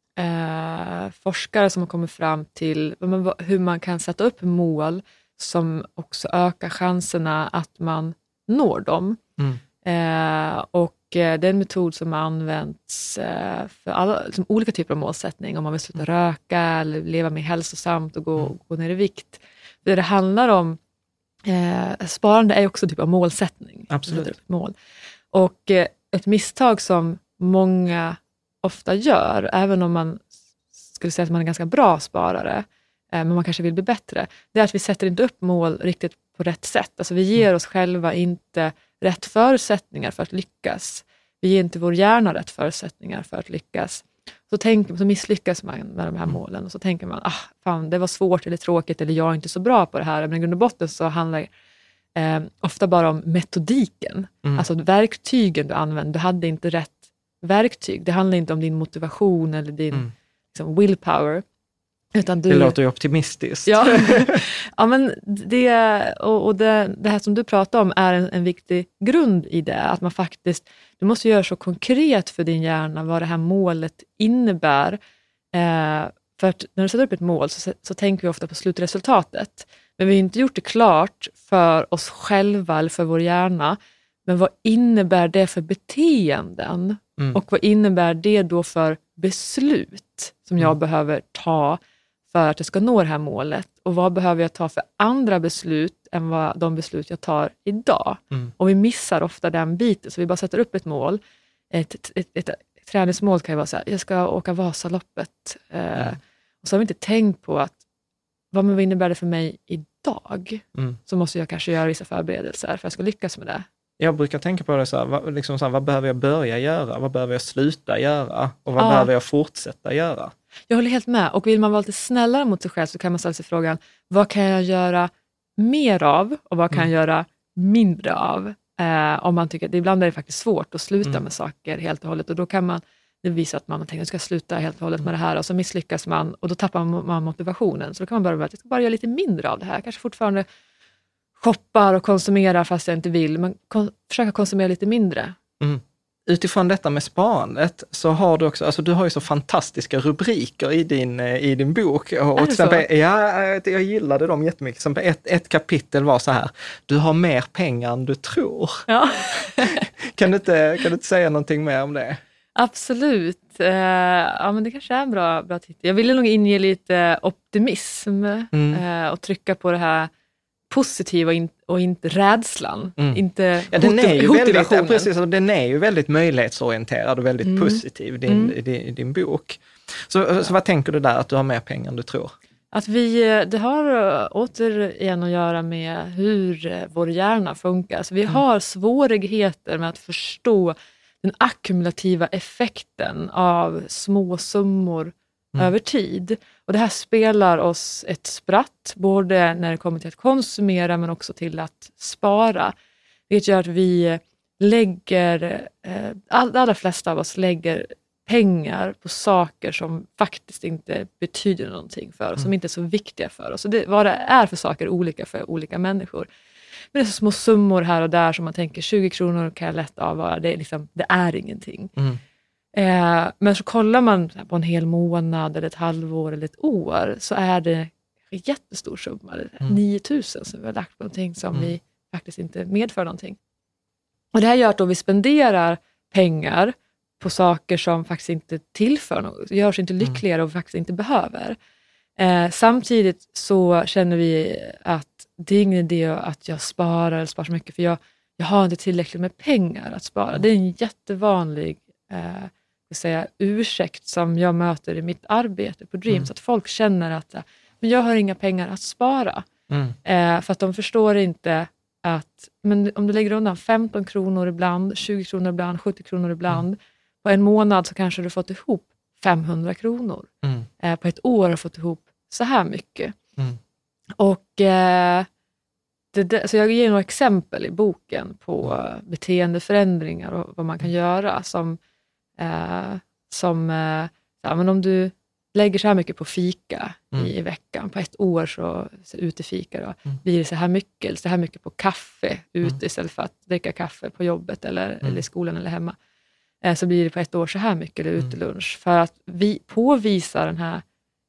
eh, forskare som har kommit fram till hur man kan sätta upp mål som också ökar chanserna att man når dem. Mm. Eh, och eh, det är en metod som används eh, för alla, liksom, olika typer av målsättning. Om man vill sluta röka eller leva mer hälsosamt och gå, mm. gå ner i vikt. Det det handlar om eh, sparande är också typ av målsättning. Absolut. Mål. Och eh, ett misstag som många ofta gör, även om man skulle säga att man är en ganska bra sparare, eh, men man kanske vill bli bättre, det är att vi sätter inte upp mål riktigt på rätt sätt. Alltså vi ger oss själva inte rätt förutsättningar för att lyckas. Vi ger inte vår hjärna rätt förutsättningar för att lyckas. Så, tänk, så misslyckas man med de här målen och så tänker man, ah, fan, det var svårt eller tråkigt eller jag är inte så bra på det här. Men i grund och botten så handlar eh, ofta bara om metodiken. Mm. Alltså verktygen du använder. Du hade inte rätt verktyg. Det handlar inte om din motivation eller din mm. liksom, willpower. Utan du... Det låter ju optimistiskt. Ja, ja men det, och, och det, det här som du pratar om är en, en viktig grund i det. Att man faktiskt, du måste göra så konkret för din hjärna vad det här målet innebär. Eh, för att när du sätter upp ett mål så, så tänker vi ofta på slutresultatet. Men vi har inte gjort det klart för oss själva eller för vår hjärna. Men vad innebär det för beteenden? Mm. Och vad innebär det då för beslut som jag mm. behöver ta för att jag ska nå det här målet? Och vad behöver jag ta för andra beslut än vad de beslut jag tar idag? Mm. Och vi missar ofta den biten. Så vi bara sätter upp ett mål. Ett, ett, ett, ett, ett träningsmål kan ju vara så här, jag ska åka Vasaloppet. Mm. Eh, och så har vi inte tänkt på att vad, vad innebär det för mig idag? Mm. Så måste jag kanske göra vissa förberedelser för att jag ska lyckas med det. Jag brukar tänka på det så här, vad, liksom så här, vad behöver jag börja göra? Vad behöver jag sluta göra? Och vad ja. behöver jag fortsätta göra? Jag håller helt med. Och vill man vara lite snällare mot sig själv så kan man ställa sig frågan, vad kan jag göra mer av? Och vad kan mm. jag göra mindre av? Eh, om man tycker att ibland är det faktiskt svårt att sluta mm. med saker helt och hållet. Och då kan man, det visa att man tänker att jag ska sluta helt och hållet med det här. Och så misslyckas man och då tappar man motivationen. Så då kan man börja med att jag ska bara göra lite mindre av det här. Kanske fortfarande shoppar och konsumerar fast jag inte vill. Men kon- försöka konsumera lite mindre. Mm. Utifrån detta med sparandet så har du också, alltså du har ju så fantastiska rubriker i din, i din bok. Och till exempel, ja, jag gillade dem jättemycket. Som ett, ett kapitel var så här, du har mer pengar än du tror. Ja. kan, du inte, kan du inte säga någonting mer om det? Absolut. Uh, ja, men det kanske är en bra, bra titel. Jag ville nog inge lite optimism mm. uh, och trycka på det här positiva och, in, och inte rädslan. Mm. Inte ja, den, är ju väldigt, ja, precis, den är ju väldigt möjlighetsorienterad och väldigt mm. positiv, din, mm. din, din bok. Så, ja. så vad tänker du där att du har mer pengar än du tror? Att vi, det har återigen att göra med hur vår hjärna funkar. Alltså vi mm. har svårigheter med att förstå den ackumulativa effekten av små summor Mm. över tid. Och det här spelar oss ett spratt, både när det kommer till att konsumera men också till att spara. Det gör att vi lägger, eh, all, allra flesta av oss lägger pengar på saker som faktiskt inte betyder någonting för oss, mm. som inte är så viktiga för oss. Och det, vad det är för saker är olika för olika människor. Men det är så små summor här och där som man tänker tjugo kronor kan jag lätt avvara, det är, liksom, det är ingenting. Mm. Eh, men så kollar man på en hel månad eller ett halvår eller ett år så är det en jättestor summa, mm. nio tusen som vi har lagt på någonting som mm. vi faktiskt inte medför någonting. Och det här gör att då vi spenderar pengar på saker som faktiskt inte tillför något, gör oss inte lyckligare och vi faktiskt inte behöver. Eh, samtidigt så känner vi att det är ingen idé att jag sparar eller sparar så mycket för jag, jag har inte tillräckligt med pengar att spara. Det är en jättevanlig eh, säga, ursäkt som jag möter i mitt arbete på Dreams. Mm. Att folk känner att men jag har inga pengar att spara. Mm. Eh, för att de förstår inte att men om du lägger undan femton kronor ibland, tjugo kronor ibland, sjuttio kronor ibland. Mm. På en månad så kanske du fått ihop femhundra kronor. Mm. Eh, på ett år har du fått ihop så här mycket. Mm. Och eh, det, det, så jag ger några exempel i boken på mm. beteendeförändringar och vad man kan göra som Eh, som eh, ja, men om du lägger så här mycket på fika mm. i, i veckan, på ett år så, så utefika då, mm. blir det så här mycket, så här mycket på kaffe ute mm. istället för att dricka kaffe på jobbet eller, mm. eller i skolan eller hemma. Eh, så blir det på ett år så här mycket eller utelunch. Mm. För att vi påvisar den här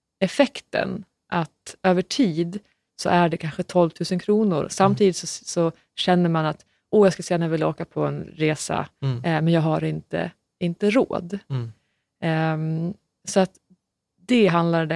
effekten att över tid så är det kanske tolv tusen kronor. Samtidigt så, så känner man att åh, jag ska säga när jag vill åka på en resa mm. eh, men jag har inte inte råd. Mm. Um, så att det handlar det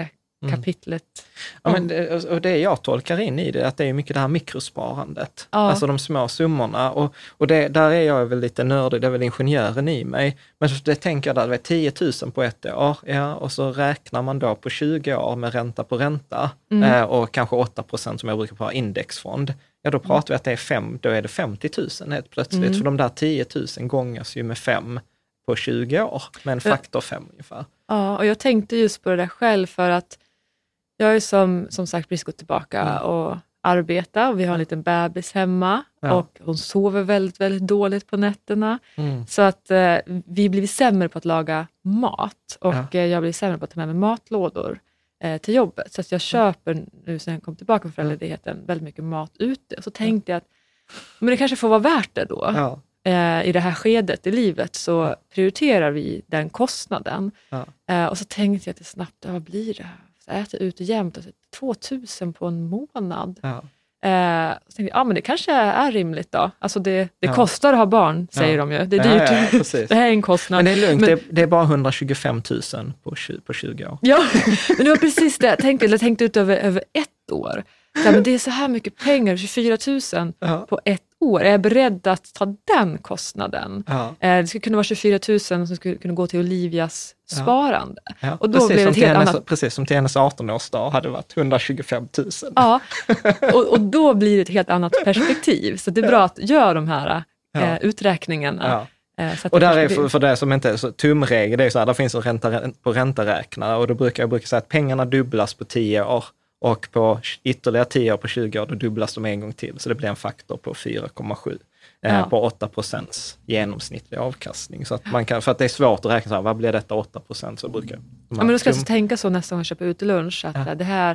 kapitlet. Ja, men det, och det jag tolkar in i det, att det är mycket det här mikrosparandet. Ja. Alltså de små summorna. Och, och det, där är jag väl lite nördig, det är väl ingenjören i mig. Men det tänker jag där, det är tio tusen på ett år. Ja, och så räknar man då på tjugo år med ränta på ränta. Mm. Eh, och kanske åtta procent som jag brukar på indexfond. Ja, då pratar vi att det är fem, då är det femtio tusen helt plötsligt. Mm. För de där tio tusen gångas ju med fem på tjugo år. Med en faktor fem ungefär. Ja, och jag tänkte just på det där själv för att jag är som, som sagt precis gått tillbaka mm. och arbeta och vi har en liten bebis hemma ja. och hon sover väldigt, väldigt dåligt på nätterna. Mm. Så att eh, vi blir sämre på att laga mat och ja. eh, jag blir sämre på att ta med mig matlådor eh, till jobbet. Så att jag köper nu sen jag kom tillbaka från föräldraledigheten väldigt mycket mat ute. Och så tänkte jag att men det kanske får vara värt det då. Ja. Eh, I det här skedet i livet så ja. prioriterar vi den kostnaden. Ja. Eh, och så tänkte jag att det snabbt, ja, vad blir det här? Äter ute jämt, alltså tvåtusen på en månad. Ja. Eh, så tänkte jag, ja men det kanske är rimligt då. Alltså det, det ja. kostar att ha barn, säger ja. de ju. Det är dyrt. Ja, ja, ja, det här är en kostnad. Men det är lugnt, men, det, är, det är bara hundratjugofem tusen på, på tjugo år. Ja, men det var precis det jag tänkte. Jag tänkte ut över, över ett år. Så, men det är så här mycket pengar, tjugofyra tusen ja. på ett år. Är jag beredd att ta den kostnaden? Ja. Eh, det skulle kunna vara tjugofyra tusen som skulle kunna gå till Olivias sparande. Ja. Ja. Och då precis, blev det helt hennes, annat. Precis som till hennes arton-årsdag hade varit hundratjugofem tusen. Ja, och, och då blir det ett helt annat perspektiv. Så det är bra att göra de här eh, ja. uträkningarna. Ja. Eh, så att och där är för, för det som inte är så tumregel, det är så här, där finns en ränta på räntaräknare och då brukar jag brukar säga att pengarna dubblas på tio år. Och på ytterligare tio år på tjugo år, då dubblas de en gång till. Så det blir en faktor på fyra komma sju. Ja. Eh, på åtta procents genomsnittlig avkastning. Så att man kan, för att det är svårt att räkna så här, vad blir detta åtta procent? Så brukar ja, men då ska jag alltså tänka så nästa gång jag köper utelunch. Att ja. det, här,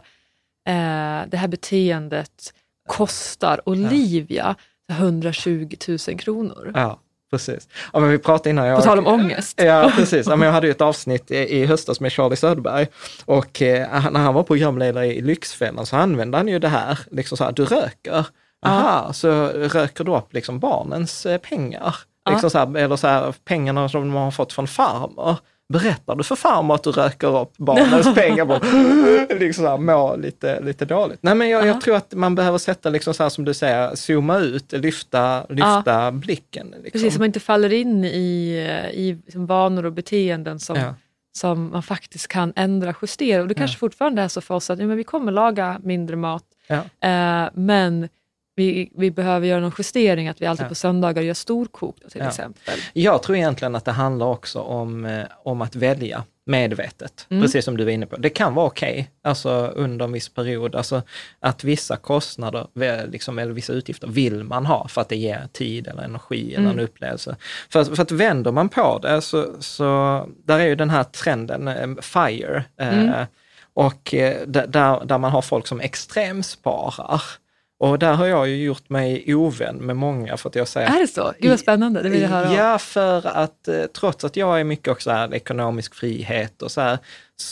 eh, det här beteendet kostar Olivia ja. hundratjugo tusen kronor. Ja. Precis. Ja, men vi pratade innan jag... På tal om ångest. Ja, precis. Ja, men jag hade ju ett avsnitt i, i höstas med Charlie Söderberg och eh, när han var programledare i Lyxfällan så använde han ju det här, liksom så här, du röker. Aha, ja. Så röker du upp liksom barnens eh, pengar. Ja. Liksom så här, eller så här, pengarna som de har fått från farmor. Berättar du för farmor att du röker upp barnens pengar? Bara, liksom så här, må lite, lite dåligt. Nej, men jag, jag tror att man behöver sätta, liksom så här, som du säger, zooma ut, lyfta, lyfta ja. blicken. Liksom. Precis, så man inte faller in i, i liksom vanor och beteenden som, ja. som man faktiskt kan ändra, justera. Och det kanske ja. fortfarande är så för oss att ja, men vi kommer laga mindre mat, ja. eh, men Vi, vi behöver göra någon justering, att vi alltid ja. på söndagar gör storkok då, till ja. exempel. Jag tror egentligen att det handlar också om, eh, om att välja medvetet, mm. precis som du var inne på. Det kan vara okej, okay, alltså under en viss period, alltså att vissa kostnader, liksom, eller vissa utgifter vill man ha för att det ger tid eller energi eller mm. en upplevelse. För, för att vänder man på det så, så där är ju den här trenden, eh, FIRE, eh, mm. och eh, där, där man har folk som extremsparar. Och där har jag ju gjort mig ovän med många för att jag säger... Är det så? Gud vad spännande, det vill jag höra. Ja, för att trots att jag är mycket också här ekonomisk frihet och så här,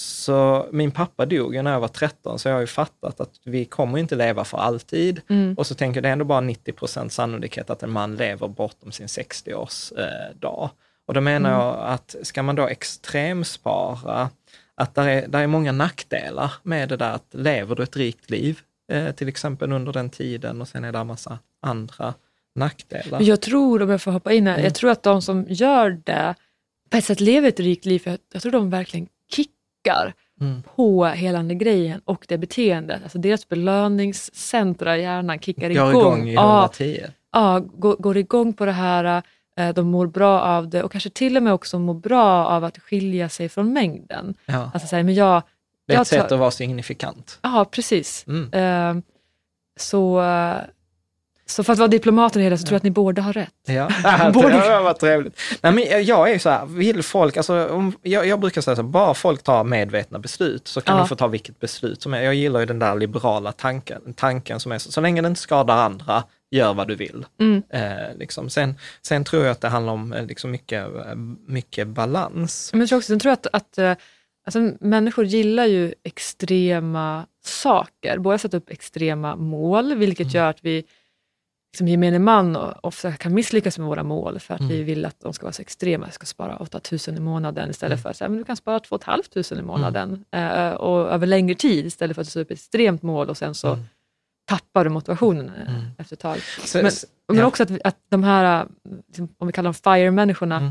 så min pappa dog ju när jag var tretton, så jag har ju fattat att vi kommer inte leva för alltid. Mm. Och så tänker jag, det är ändå bara nittio procent sannolikhet att en man lever bortom sin sextio-årsdag. Eh, och då menar mm. jag att ska man då extremspara, att där är, där är många nackdelar med det där att lever du ett rikt liv, Eh, till exempel under den tiden, och sen är det en massa andra nackdelar. Jag tror, om jag får hoppa in här, mm. jag tror att de som gör det på ett sätt lever ett rikt liv, för jag, jag tror de verkligen kickar mm. på hela den grejen och det beteendet. Alltså deras belöningscentra i hjärnan kickar igång. Går igång i hundratio. Ja, ja går, går igång på det här, eh, de mår bra av det och kanske till och med också mår bra av att skilja sig från mängden. Ja. Alltså säga, men jag Det är ett sätt att vara signifikant. Ja, precis. Mm. Uh, så, uh, så för att vara diplomaten i det så tror jag att ni båda har rätt. Ja, borde... det har varit trevligt. Nej, men jag är ju så här, vill folk, alltså, om, jag, jag brukar säga så här, bara folk tar medvetna beslut så kan ja. de få ta vilket beslut som är. Jag gillar ju den där liberala tanken, tanken som är så, så länge den inte skadar andra, gör vad du vill. Mm. Eh, liksom. sen, sen tror jag att det handlar om liksom, mycket, mycket balans. Men jag tror också, jag tror att, att alltså, människor gillar ju extrema saker. Båda sätta upp extrema mål, vilket mm. gör att vi som gemene man ofta kan misslyckas med våra mål för att Mm. vi vill att de ska vara så extrema. Jag ska spara åtta tusen i månaden istället Mm. för att säga, men du kan spara två tusen femhundra i månaden eh, och över längre tid istället för att sätta upp ett extremt mål och sen så Mm. tappar du motivationen eh, Mm. efter ett tag. Så, Men, så- men ja. också att, att de här, liksom, om vi kallar dem fire-människorna, Mm.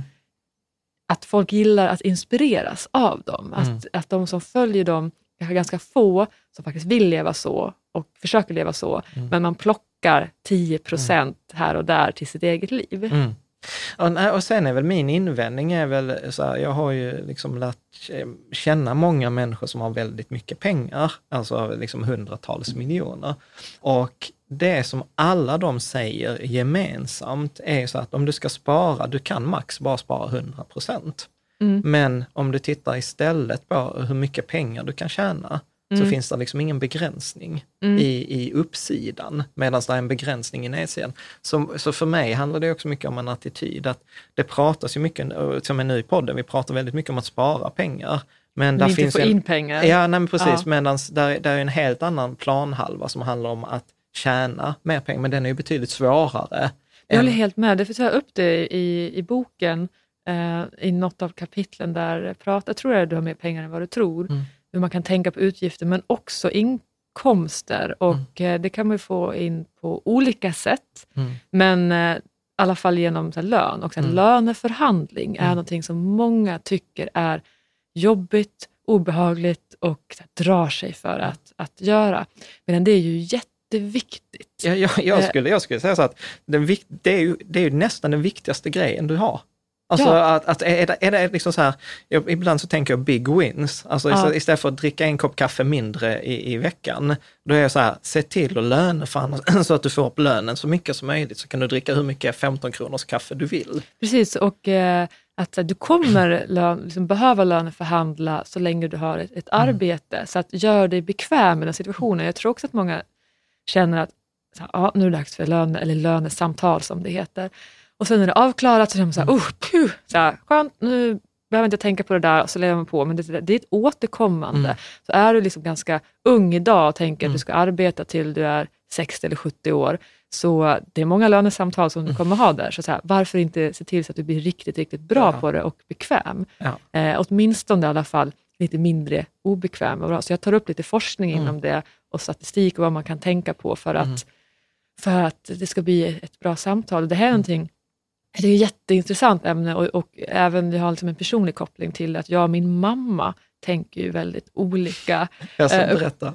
att folk gillar att inspireras av dem. Mm. Att, att de som följer dem, jag har ganska få som faktiskt vill leva så och försöker leva så, Mm. men man plockar tio procent här och där till sitt eget liv. Mm. Och, nej, och sen är väl min invändning är väl så här, jag har ju liksom lärt känna många människor som har väldigt mycket pengar, alltså liksom hundratals miljoner. Och det som alla de säger gemensamt är så att om du ska spara, du kan max bara spara hundra procent. Mm. Men om du tittar istället på hur mycket pengar du kan tjäna, Mm. så finns det liksom ingen begränsning Mm. i, i uppsidan, medan det är en begränsning i nedsidan. Så, så för mig handlar det också mycket om en attityd, att det pratas ju mycket, som är nu i podden, vi pratar väldigt mycket om att spara pengar. Men, Men där inte finns få en, in pengar. Ja, nej, men precis, Ja. medan där, där är en helt annan planhalva som handlar om att tjäna mer pengar, men den är ju betydligt svårare. Jag håller än- helt med, därför tar jag upp det i, i boken, eh, i något av kapitlen där jag pratar, jag tror att du har mer pengar än vad du tror, Mm. hur man kan tänka på utgifter men också inkomster och eh, det kan man ju få in på olika sätt, Mm. men eh, i alla fall genom så här, lön och så här, Mm. löneförhandling är Mm. någonting som många tycker är jobbigt, obehagligt och så här, drar sig för att, att göra. Men det är ju jätteviktigt. Ja, jag, jag, Eh. skulle, jag skulle säga så att den, vik- det, är ju, det är ju nästan den viktigaste grejen du har. Alltså Ja. att, att är, det, är det liksom så här, jag, ibland så tänker jag big wins, alltså Ja. istället, istället för att dricka en kopp kaffe mindre i, i veckan, då är jag så här, se till att löneförhandla så att du får upp lönen så mycket som möjligt, så kan du dricka hur mycket femton kronors kaffe du vill. Precis, och eh, att eh, du kommer lön, liksom, behöva löneförhandla så länge du har ett, ett Mm. arbete. Så att gör dig bekväm med den situationen. Jag tror också att många känner att så här, ja, nu är det dags för löne, eller lönesamtal som det heter. Och sen är det avklarat så känner man så här, oh, puh, så här, skönt, nu behöver jag inte tänka på det där och så lever man på. Men det, det är ett återkommande. Mm. Så är du liksom ganska ung idag och tänker Mm. att du ska arbeta till du är sextio eller sjuttio år. Så det är många lönesamtal som du kommer ha där. Så, så här, varför inte se till så att du blir riktigt, riktigt bra Ja. på det och bekväm. Ja. Eh, åtminstone i alla fall lite mindre obekväm och bra. Så jag tar upp lite forskning Mm. inom det och statistik och vad man kan tänka på för att, Mm. för att det ska bli ett bra samtal. Och det här är någonting, det är ett jätteintressant ämne och, och även vi har liksom en personlig koppling till att jag och min mamma tänker ju väldigt olika. Jag ska Eh, berätta.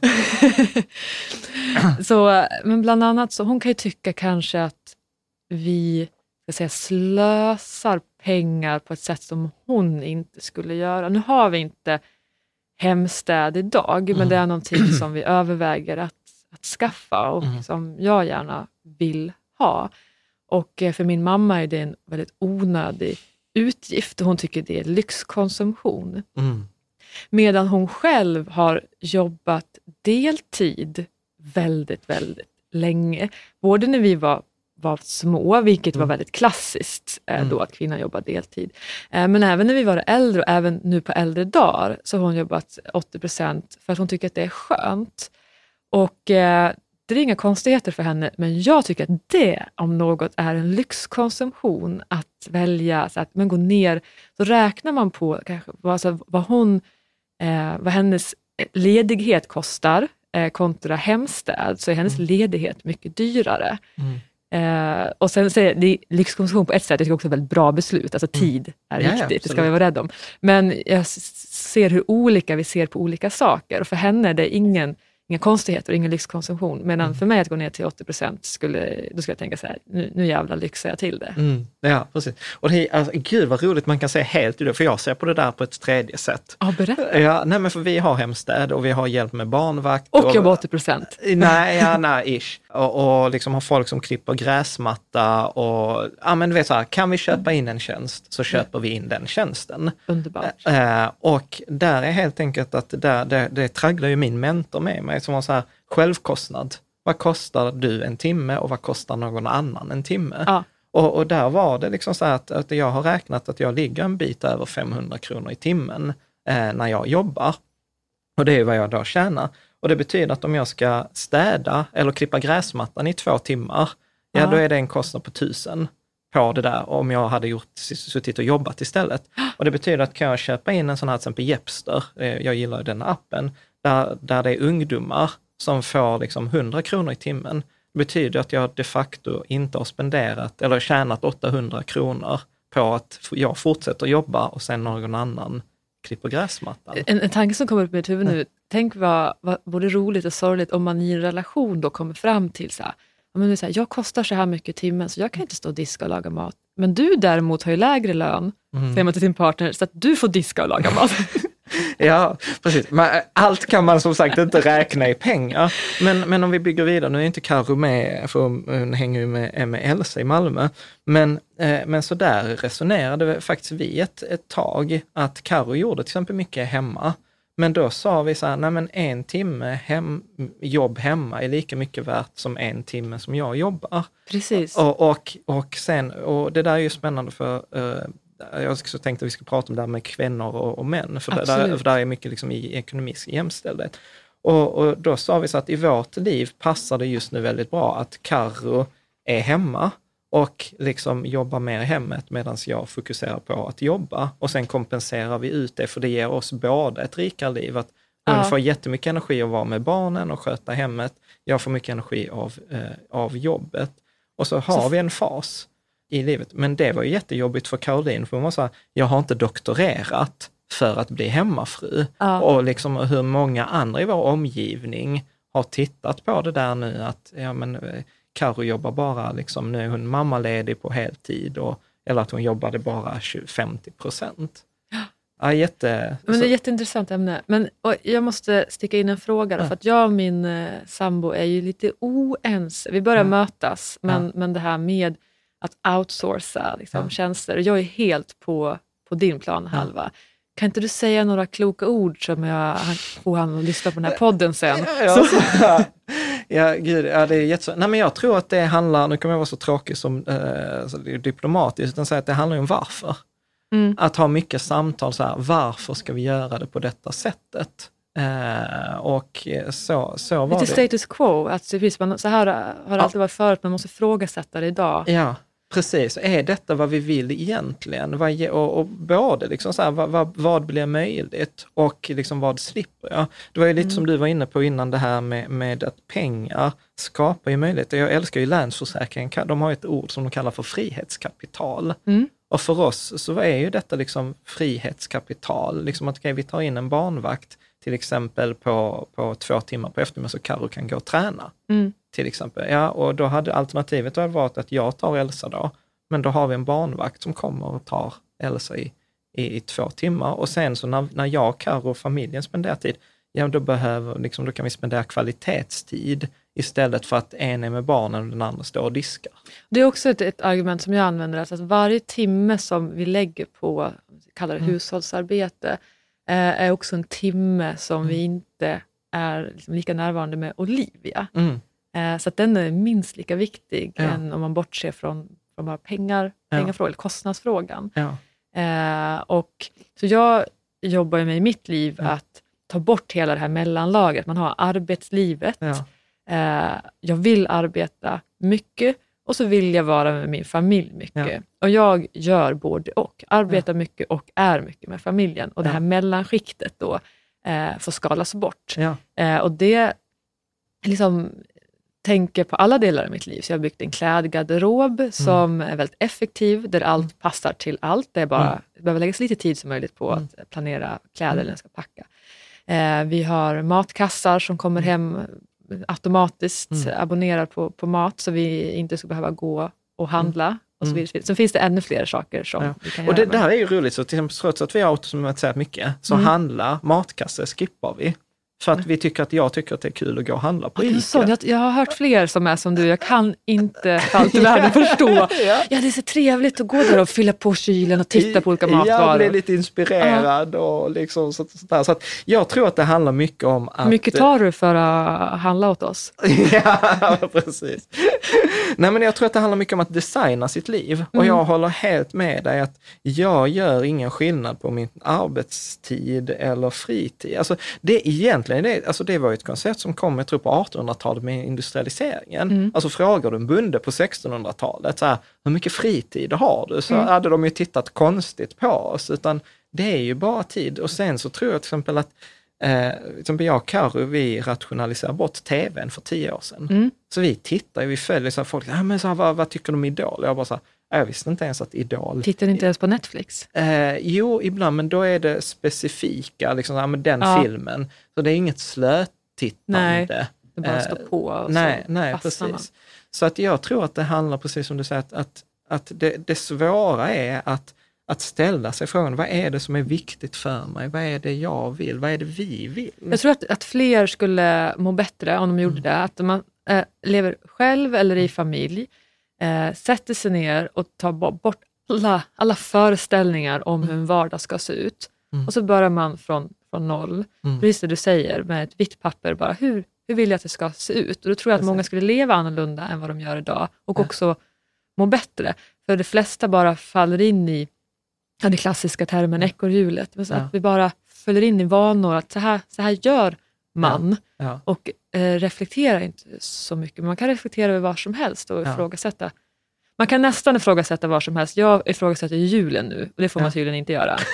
Så, men bland annat så hon kan ju tycka kanske att vi ska säga, slösar pengar på ett sätt som hon inte skulle göra. Nu har vi inte hemstäd idag, men Mm. det är någonting som vi överväger att, att skaffa och Mm. som jag gärna vill ha. Och eh, för min mamma är det en väldigt onödig utgift och hon tycker det är lyxkonsumtion. Mm. Medan hon själv har jobbat deltid väldigt, väldigt länge. Både när vi var, var små, vilket var väldigt klassiskt eh, Mm. då att kvinnan jobbar deltid. Eh, men även när vi var äldre och även nu på äldre dagar så har hon jobbat åttio procent för att hon tycker att det är skönt. Och eh, det är inga konstigheter för henne, men jag tycker att det om något är en lyxkonsumtion att välja, så att man går ner, så räknar man på kanske, alltså, vad, hon, eh, vad hennes ledighet kostar eh, kontra hemstäd, så är hennes Mm. ledighet mycket dyrare. Mm. Eh, och sen så är det lyxkonsumtion på ett sätt, jag tycker också ett väldigt bra beslut, alltså tid är Ja, ja, viktigt, det ska absolut. vi vara rädda om. Men jag s- ser hur olika vi ser på olika saker, och för henne är det ingen Inga konstigheter och ingen lyxkonsumtion. Medan Mm. för mig att gå ner till åttio procent, skulle, då skulle jag tänka så här, nu, nu jävla lyxar jag till det. Mm. Ja, precis. Och det är, alltså, gud vad roligt man kan se helt i det, för jag ser på det där på ett tredje sätt. Ja, berätta. Ja, nej men för vi har hemstäd och vi har hjälp med barnvakt. Och jobba åttio procent. Nej, ja, nej, ish. Och, och liksom har folk som klipper gräsmatta och, ja men du vet så här, kan vi köpa in en tjänst så köper vi in den tjänsten. Underbart. Eh, och där är helt enkelt att där, det, det tragglar ju min mentor med mig som var så här, självkostnad. Vad kostar du en timme och vad kostar någon annan en timme? Ja. Och, och där var det liksom så här att, att jag har räknat att jag ligger en bit över femhundra kronor i timmen eh, när jag jobbar. Och det är vad jag då tjänar. Och det betyder att om jag ska städa eller klippa gräsmattan i två timmar, ja, Ja. då är det en kostnad på tusen på det där om jag hade gjort, suttit och jobbat istället. Och det betyder att kan jag köpa in en sån här till exempel Jepster, jag gillar den appen, där, där det är ungdomar som får liksom hundra kronor i timmen. Det betyder att jag de facto inte har spenderat eller tjänat åttahundra kronor på att jag fortsätter jobba och sen någon annan klipper gräsmattan. En, en tanke som kommer upp i mitt huvud nu, tänk vad, vad både roligt och sorgligt om man i en relation då kommer fram till så här, ja, men det är så här, jag kostar så här mycket i timmen så jag kan inte stå och diska och laga mat. Men du däremot har ju lägre lön, mm. säger man till sin partner, så att du får diska och laga mat. Ja, precis. Men allt kan man som sagt inte räkna i pengar. Men, men om vi bygger vidare, nu är inte Karo med, för hon hänger ju med, med Elsa i Malmö. Men, eh, men så där resonerade faktiskt vi ett, ett tag att Karo gjorde till exempel mycket hemma. Men då sa vi så här, nej men en timme hem, jobb hemma är lika mycket värt som en timme som jag jobbar. Precis. Och, och, och, sen, och det där är ju spännande för... Eh, jag också tänkte att vi ska prata om det här med kvinnor och, och män, för där, för där är mycket liksom i ekonomisk jämställdhet. Och, och då sa vi så att i vårt liv passar det just nu väldigt bra att Karo är hemma och liksom jobbar mer i hemmet medan jag fokuserar på att jobba. Och sen kompenserar vi ut det, för det ger oss båda ett rikare liv. Att hon ja. får jättemycket energi att vara med barnen och sköta hemmet. Jag får mycket energi av, eh, av jobbet. Och så har så vi en fas i livet. Men det var ju jättejobbigt för Caroline, för hon var så här, jag har inte doktorerat för att bli hemmafru. Ja. Och liksom hur många andra i vår omgivning har tittat på det där nu, att ja, men Karo jobbar bara, liksom, nu är hon mammaledig på heltid, och, eller att hon jobbade bara femtio procent. Ja, jätte... Men det är ett jätteintressant ämne. Men och jag måste sticka in en fråga då, ja. för att jag och min eh, sambo är ju lite oense. Vi börjar ja. mötas, men, ja. men det här med att outsourca liksom, ja. tjänster. Jag är helt på, på din plan, ja. Halva. Kan inte du säga några kloka ord som jag får han att lyssna på den här podden sen? Ja, ja, ja, gud, ja det är jätteså. Nej, men jag tror att det handlar, nu kommer jag vara så tråkig som eh, så det är diplomatiskt, utan säga att det handlar om varför. Mm. Att ha mycket samtal så här, varför ska vi göra det på detta sättet? Eh, och så, så var lite det. Status quo, att så här har det alltid varit förut, man måste ifrågasätta det idag. Ja. Precis, är detta vad vi vill egentligen? Vad, och, och både liksom så här, vad, vad, vad blir möjligt och liksom vad slipper jag? Det var ju lite mm. som du var inne på innan, det här med, med att pengar skapar ju möjligheter. Jag älskar ju Länsförsäkringen, de har ett ord som de kallar för frihetskapital. Mm. Och för oss så är ju detta liksom frihetskapital. Liksom att okay, vi tar in en barnvakt till exempel på, på två timmar på eftermiddagen så Karo kan gå och träna. Mm. Till exempel. Ja, och då hade alternativet varit att jag tar Elsa då. Men då har vi en barnvakt som kommer och tar Elsa i, i, i två timmar. Och sen så när, när jag, Karo och familjen spenderar tid, ja då, behöver, liksom, då kan vi spendera kvalitetstid istället för att en är med barnen och den andra står och diskar. Det är också ett, ett argument som jag använder, alltså att varje timme som vi lägger på, kallar det mm. hushållsarbete, eh, är också en timme som mm. vi inte är liksom lika närvarande med Olivia. Mm. Eh, så att den är minst lika viktig ja. än om man bortser från, från bara pengar, ja. pengarfrågan, eller kostnadsfrågan. Ja. Eh, och så jag jobbar ju med i mitt liv ja. att ta bort hela det här mellanlagret. Man har arbetslivet. Ja. Eh, jag vill arbeta mycket och så vill jag vara med min familj mycket. Ja. Och jag gör både och. Arbetar ja. mycket och är mycket med familjen. Och ja. det här mellanskiktet då eh, får skalas bort. Ja. Eh, och det liksom tänker på alla delar av mitt liv. Så jag har byggt en klädgarderob mm. som är väldigt effektiv, där allt passar till allt. Det är bara, mm. det behöver lägga så lite tid som möjligt på mm. att planera kläder mm. eller ska packa. Eh, vi har matkassar som kommer hem automatiskt, mm. abonnerar på, på mat så vi inte ska behöva gå och handla. Mm. Och så, vidare. Så finns det ännu fler saker som ja. vi kan och göra. Och det där är ju roligt, så till exempel, trots att vi har automatiserat mycket, så mm. handla, matkassor skippar vi. För att vi tycker att jag tycker att det är kul att gå och handla på ICA. Så, jag, jag har hört fler som är som du. Jag kan inte för allt i världen förstå. ja. ja, det är så trevligt att gå där och fylla på kylen och titta på olika matvaror. Jag blir lite inspirerad. Uh. och liksom så, så, där. så att jag tror att det handlar mycket om att... Hur mycket tar du för att handla åt oss? ja, precis. Nej, men jag tror att det handlar mycket om att designa sitt liv. Mm. Och jag håller helt med dig att jag gör ingen skillnad på min arbetstid eller fritid. Alltså, det är egentligen egentligen, det, alltså det var ju ett koncept som kom, jag tror på artonhundratalet med industrialiseringen. Mm. Alltså frågar du en bonde på sextonhundratalet, så här, hur mycket fritid har du? Så mm. hade de ju tittat konstigt på oss, utan det är ju bara tid. Och sen så tror jag till exempel att eh, till exempel jag och Karo, vi rationaliserar bort tvn för tio år sedan. Mm. Så vi tittar, vi följer så här, folk, ah, men så här, vad, vad tycker de om Idol? Jag bara så här, jag visste inte ens att Idol... Tittar ni inte ens på Netflix? Eh, jo, ibland, men då är det specifika, liksom, ja, men den ja. filmen. Så det är inget slötittande. Nej, det bara står på och nej, så nej, precis. Man. Så att jag tror att det handlar, precis som du säger, att, att, att det, det svåra är att, att ställa sig frågan, vad är det som är viktigt för mig? Vad är det jag vill? Vad är det vi vill? Jag tror att, att fler skulle må bättre om de gjorde mm. det. Att man äh, lever själv eller i familj, äh, sätter sig ner och tar bort alla, alla föreställningar om mm. hur en vardag ska se ut. Mm. Och så börjar man från, från noll. Mm. Precis det du säger, med ett vitt papper bara, hur, hur vill jag att det ska se ut? Och då tror jag att många skulle leva annorlunda än vad de gör idag. Och ja. också må bättre. För de flesta bara faller in i ja, det klassiska termen ekorrhjulet. Men så ja. att vi bara följer in i vanor, att så här, så här gör man. Ja. Ja. Och eh, reflekterar inte så mycket. Man kan reflektera över vad som helst och ja. ifrågasätta. Man kan nästan ifrågasätta vad som helst. Jag ifrågasätter julen nu. Och det får man ja. tydligen inte göra.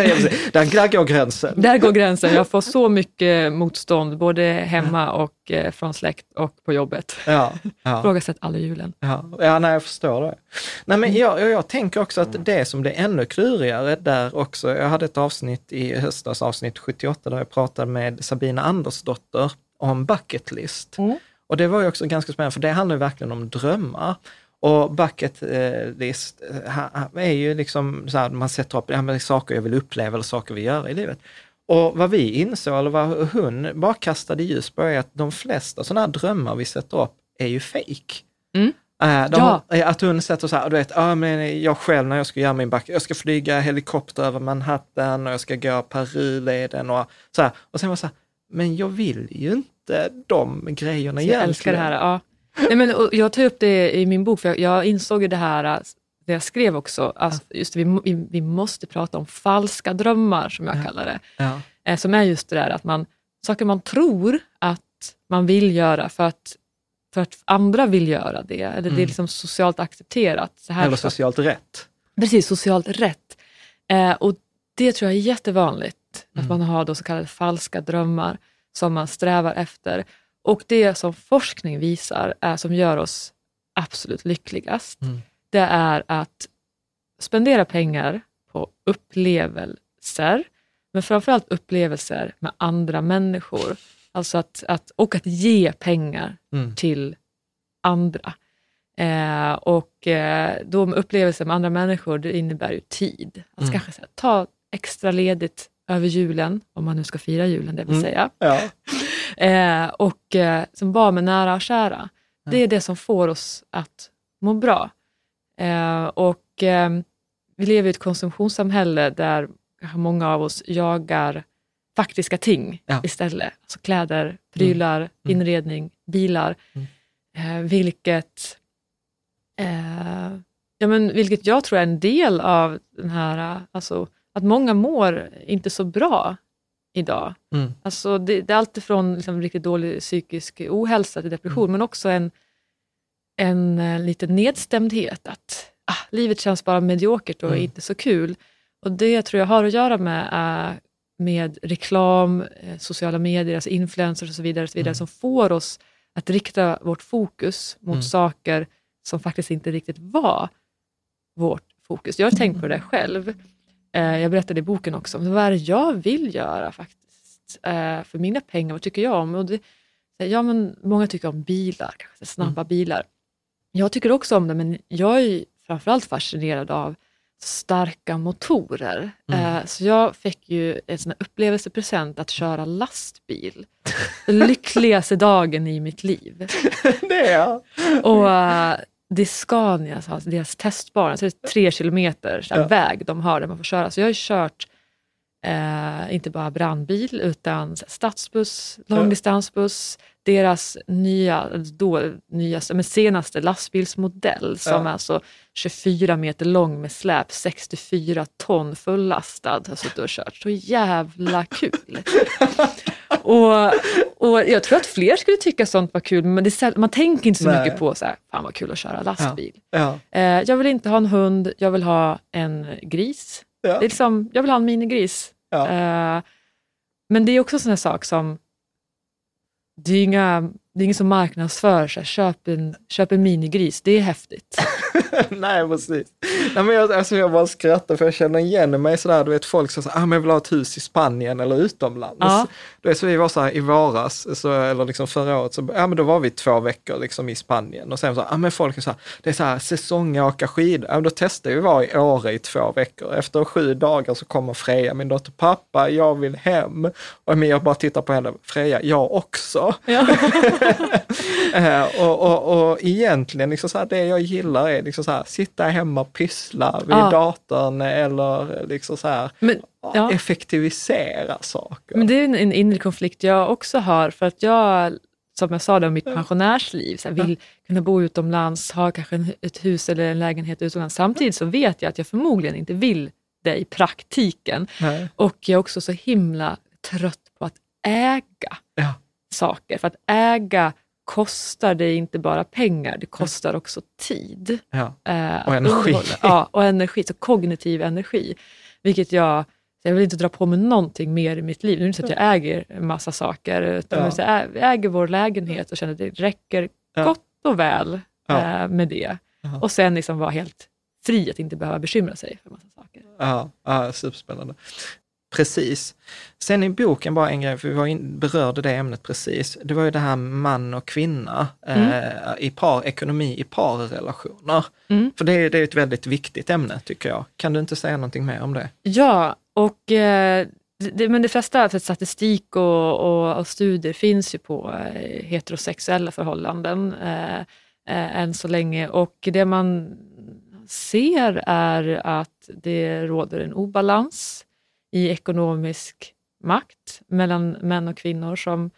Där går gränsen. Där går gränsen. Jag får så mycket motstånd. Både hemma och eh, från släkt och på jobbet. Ja. Ja. Ifrågasätt aldrig julen. Ja. ja, nej jag förstår det. Nej, men jag, jag, jag tänker också att det som det är ännu klurigare där också. Jag hade ett avsnitt i höstas, avsnitt sjuttioåtta, där jag pratade med Sabina Andersdotter om bucket list. Mm. Och det var ju också ganska spännande, för det handlar ju verkligen om drömmar. Och bucket list är ju liksom så här, man sätter upp ja, men saker jag vill uppleva eller saker vi gör i livet. Och vad vi insåg, eller vad hon bara kastade ljus på, är att de flesta sådana här drömmar vi sätter upp är ju fake. Mm. Äh, de, ja. Att hon sätter så här, du vet, ah, men jag själv när jag ska göra min bucket, jag ska flyga helikopter över Manhattan och jag ska gå Peruleden och så här. Och sen var det så här, men jag vill ju inte de grejerna egentligen. Jag älskar det här, ja. Nej, men, jag tar upp det i min bok, för jag, jag insåg ju det här, det jag skrev också, alltså, just vi, vi, vi måste prata om falska drömmar, som jag ja. kallar det. Ja. Eh, som är just det där att man, saker man tror att man vill göra för att, för att andra vill göra det, eller mm. det är liksom socialt accepterat. Så här eller socialt så, rätt. Precis, socialt rätt. Eh, och det tror jag är jättevanligt, mm. att man har då så kallade falska drömmar som man strävar efter. Och det som forskning visar, är, som gör oss absolut lyckligast, mm. det är att spendera pengar på upplevelser, men framförallt upplevelser med andra människor. Alltså att, att, och att ge pengar mm. till andra. Eh, och eh, då med upplevelser med andra människor, det innebär ju tid. Att mm. kanske så här, ta extra ledigt över julen, om man nu ska fira julen, det vill mm. säga. Ja. Eh, och eh, som var med nära och kära. Mm. Det är det som får oss att må bra. Eh, och eh, vi lever i ett konsumtionssamhälle där många av oss jagar faktiska ting ja. istället. Alltså kläder, prylar, mm. Mm. inredning, bilar. Mm. Eh, vilket, eh, ja, men, vilket jag tror är en del av den här, alltså att många mår inte så bra idag. Mm. Alltså det, det är alltid från liksom riktigt dålig psykisk ohälsa till depression, mm. men också en, en, en liten nedstämdhet att ah, livet känns bara mediokert och mm. inte så kul. Och det tror jag har att göra med, äh, med reklam, eh, sociala medier, alltså influencers och så vidare, och så vidare mm. som får oss att rikta vårt fokus mot mm. saker som faktiskt inte riktigt var vårt fokus. Jag har tänkt på det själv. Jag berättade i boken också om vad är det jag vill göra faktiskt för mina pengar, vad tycker jag om? Och det, ja, men många tycker om bilar, kanske snabba mm. bilar. Jag tycker också om det, men jag är framförallt fascinerad av starka motorer. Mm. Så jag fick ju en sån här upplevelsepresent att köra lastbil. Den lyckligaste dagen i mitt liv. Det är jag. Och det är Scania, alltså deras testbana, så det är tre kilometer så här, ja. väg de har där man får köra. Så jag har ju kört eh, inte bara brandbil utan så här, stadsbuss, långdistansbuss, deras nya, då, nya men senaste lastbilsmodell som ja. är alltså tjugofyra meter lång med släp, sextiofyra ton fullastad. Har suttit och kört. Så jävla kul. och, och jag tror att fler skulle tycka sånt var kul, men det, man tänker inte så Nej. mycket på så här, fan vad kul att köra lastbil. Ja. Ja. Eh, jag vill inte ha en hund, jag vill ha en gris. Ja. Det är liksom, jag vill ha en minigris. Ja. Eh, men det är också sån här sak som det är inga, det är ingen som marknadsför sig. Köp en, köp en minigris, det är häftigt. Nej, precis. Nej, men jag, alltså jag bara skrattar för jag känner igen mig sådär, du vet folk som säger, ah, men jag vill ha ett hus i Spanien eller utomlands. Ja. Du vet, så vi var så här i våras, så, eller liksom förra året, så, ja men då var vi två veckor liksom i Spanien och sen så, ah, men folk är så här, det är så här säsong åka skidor. Ja, då testade vi var i Åre i två veckor. Efter sju dagar så kommer Freja, min dotter, pappa, jag vill hem. Och men jag bara tittar på henne, Freja, jag också. Ja. och, och, och egentligen liksom så här, det jag gillar är liksom så här, sitta hemma och pyssla vid ja. datorn eller liksom så här, men, ja. effektivisera saker. Men det är en inre konflikt jag också har, för att jag, som jag sa det om mitt pensionärsliv, så här, vill ja. kunna bo utomlands, ha kanske ett hus eller en lägenhet utomlands. Samtidigt så vet jag att jag förmodligen inte vill det i praktiken. Nej. Och jag är också så himla trött på att äga ja. saker. För att äga kostar det inte bara pengar, det kostar också tid. Ja. Eh, och energi. Ja, och energi, så kognitiv energi. Vilket jag, jag vill inte dra på mig någonting mer i mitt liv. Nu är det inte så att jag äger en massa saker, utan ja. jag äger vår lägenhet och känner att det räcker ja. gott och väl ja. eh, med det. Ja. Och sen liksom vara helt fri att inte behöva bekymra sig för massa saker. Ja, ja, superspännande. Precis. Sen i boken, bara en grej, för vi var in, berörde det ämnet precis, det var ju det här man och kvinna mm. eh, i par, ekonomi i parrelationer. Mm. För det, det är ett väldigt viktigt ämne tycker jag. Kan du inte säga någonting mer om det? Ja, och eh, det, men det flesta för statistik och, och, och studier finns ju på eh, heterosexuella förhållanden eh, eh, än så länge, och det man ser är att det råder en obalans i ekonomisk makt mellan män och kvinnor som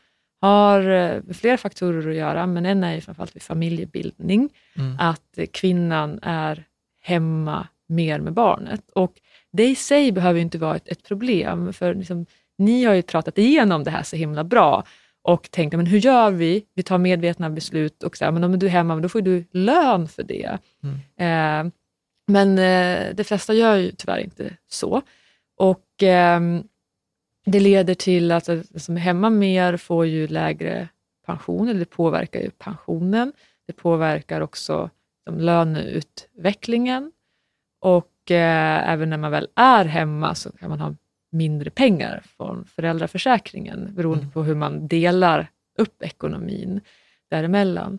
har flera faktorer att göra, men en är ju framförallt vid familjebildning. Mm. Att kvinnan är hemma mer med barnet. Och det i sig behöver ju inte vara ett, ett problem, för liksom, ni har ju pratat igenom det här så himla bra och tänkt, men hur gör vi? Vi tar medvetna beslut och så här, men om du är hemma, då får du lön för det. Mm. Eh, men eh, de flesta gör ju tyvärr inte så. Och eh, det leder till att den som är hemma mer får ju lägre pension, eller det påverkar ju pensionen. Det påverkar också liksom, löneutvecklingen. Och eh, även när man väl är hemma så kan man ha mindre pengar från föräldraförsäkringen beroende mm. på hur man delar upp ekonomin däremellan.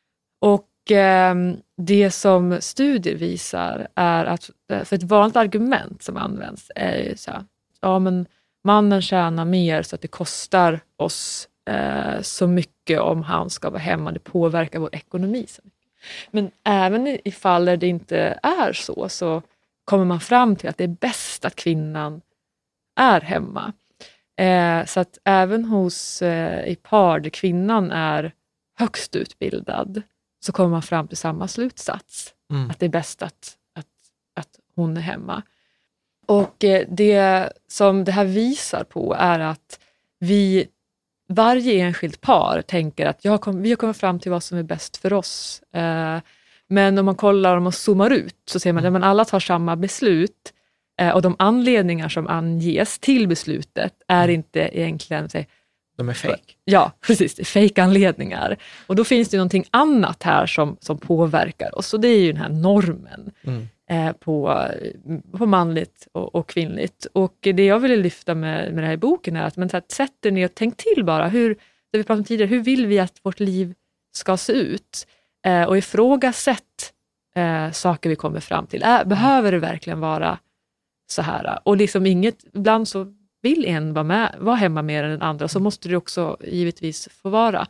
Och eh, det som studier visar är att, för ett vanligt argument som används är ju så här, ja men mannen tjänar mer så att det kostar oss eh, så mycket om han ska vara hemma, det påverkar vår ekonomi så mycket. Men även i fall där det inte är så, så kommer man fram till att det är bäst att kvinnan är hemma. Eh, så att även hos eh, i par där kvinnan är högst utbildad så kommer man fram till samma slutsats. Mm. Att det är bäst att, att, att hon är hemma. Och eh, det som det här visar på är att vi, varje enskilt par tänker att jag kom, vi har kommit fram till vad som är bäst för oss. Eh, men om man kollar, om man zoomar ut så ser man mm. att man alla tar samma beslut. Och de anledningar som anges till beslutet är mm. inte egentligen... Säg, de är fake. Ja, precis. Det är fake-anledningar. Och då finns det någonting annat här som, som påverkar oss. Och det är ju den här normen mm. eh, på, på manligt och, och kvinnligt. Och det jag ville lyfta med, med den här boken är att man sätter ner och tänk till bara. Hur, det vi pratade om tidigare, hur vill vi att vårt liv ska se ut? Eh, och ifrågasätt eh, saker vi kommer fram till. Äh, behöver det verkligen vara så här? Och liksom inget, ibland så vill en vara, med, vara hemma mer än den andra, så måste det också givetvis få vara.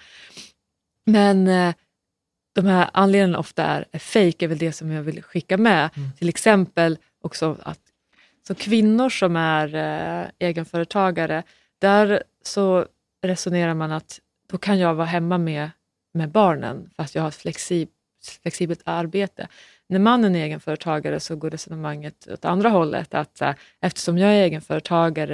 Men eh, de här anledningarna ofta är, är fake, är väl det som jag vill skicka med. Mm. Till exempel också att så kvinnor som är eh, egenföretagare, där så resonerar man att då kan jag vara hemma med, med barnen fast jag har ett flexib, flexibelt arbete. När mannen är egenföretagare så går resonemanget åt andra hållet, att äh, eftersom jag är egenföretagare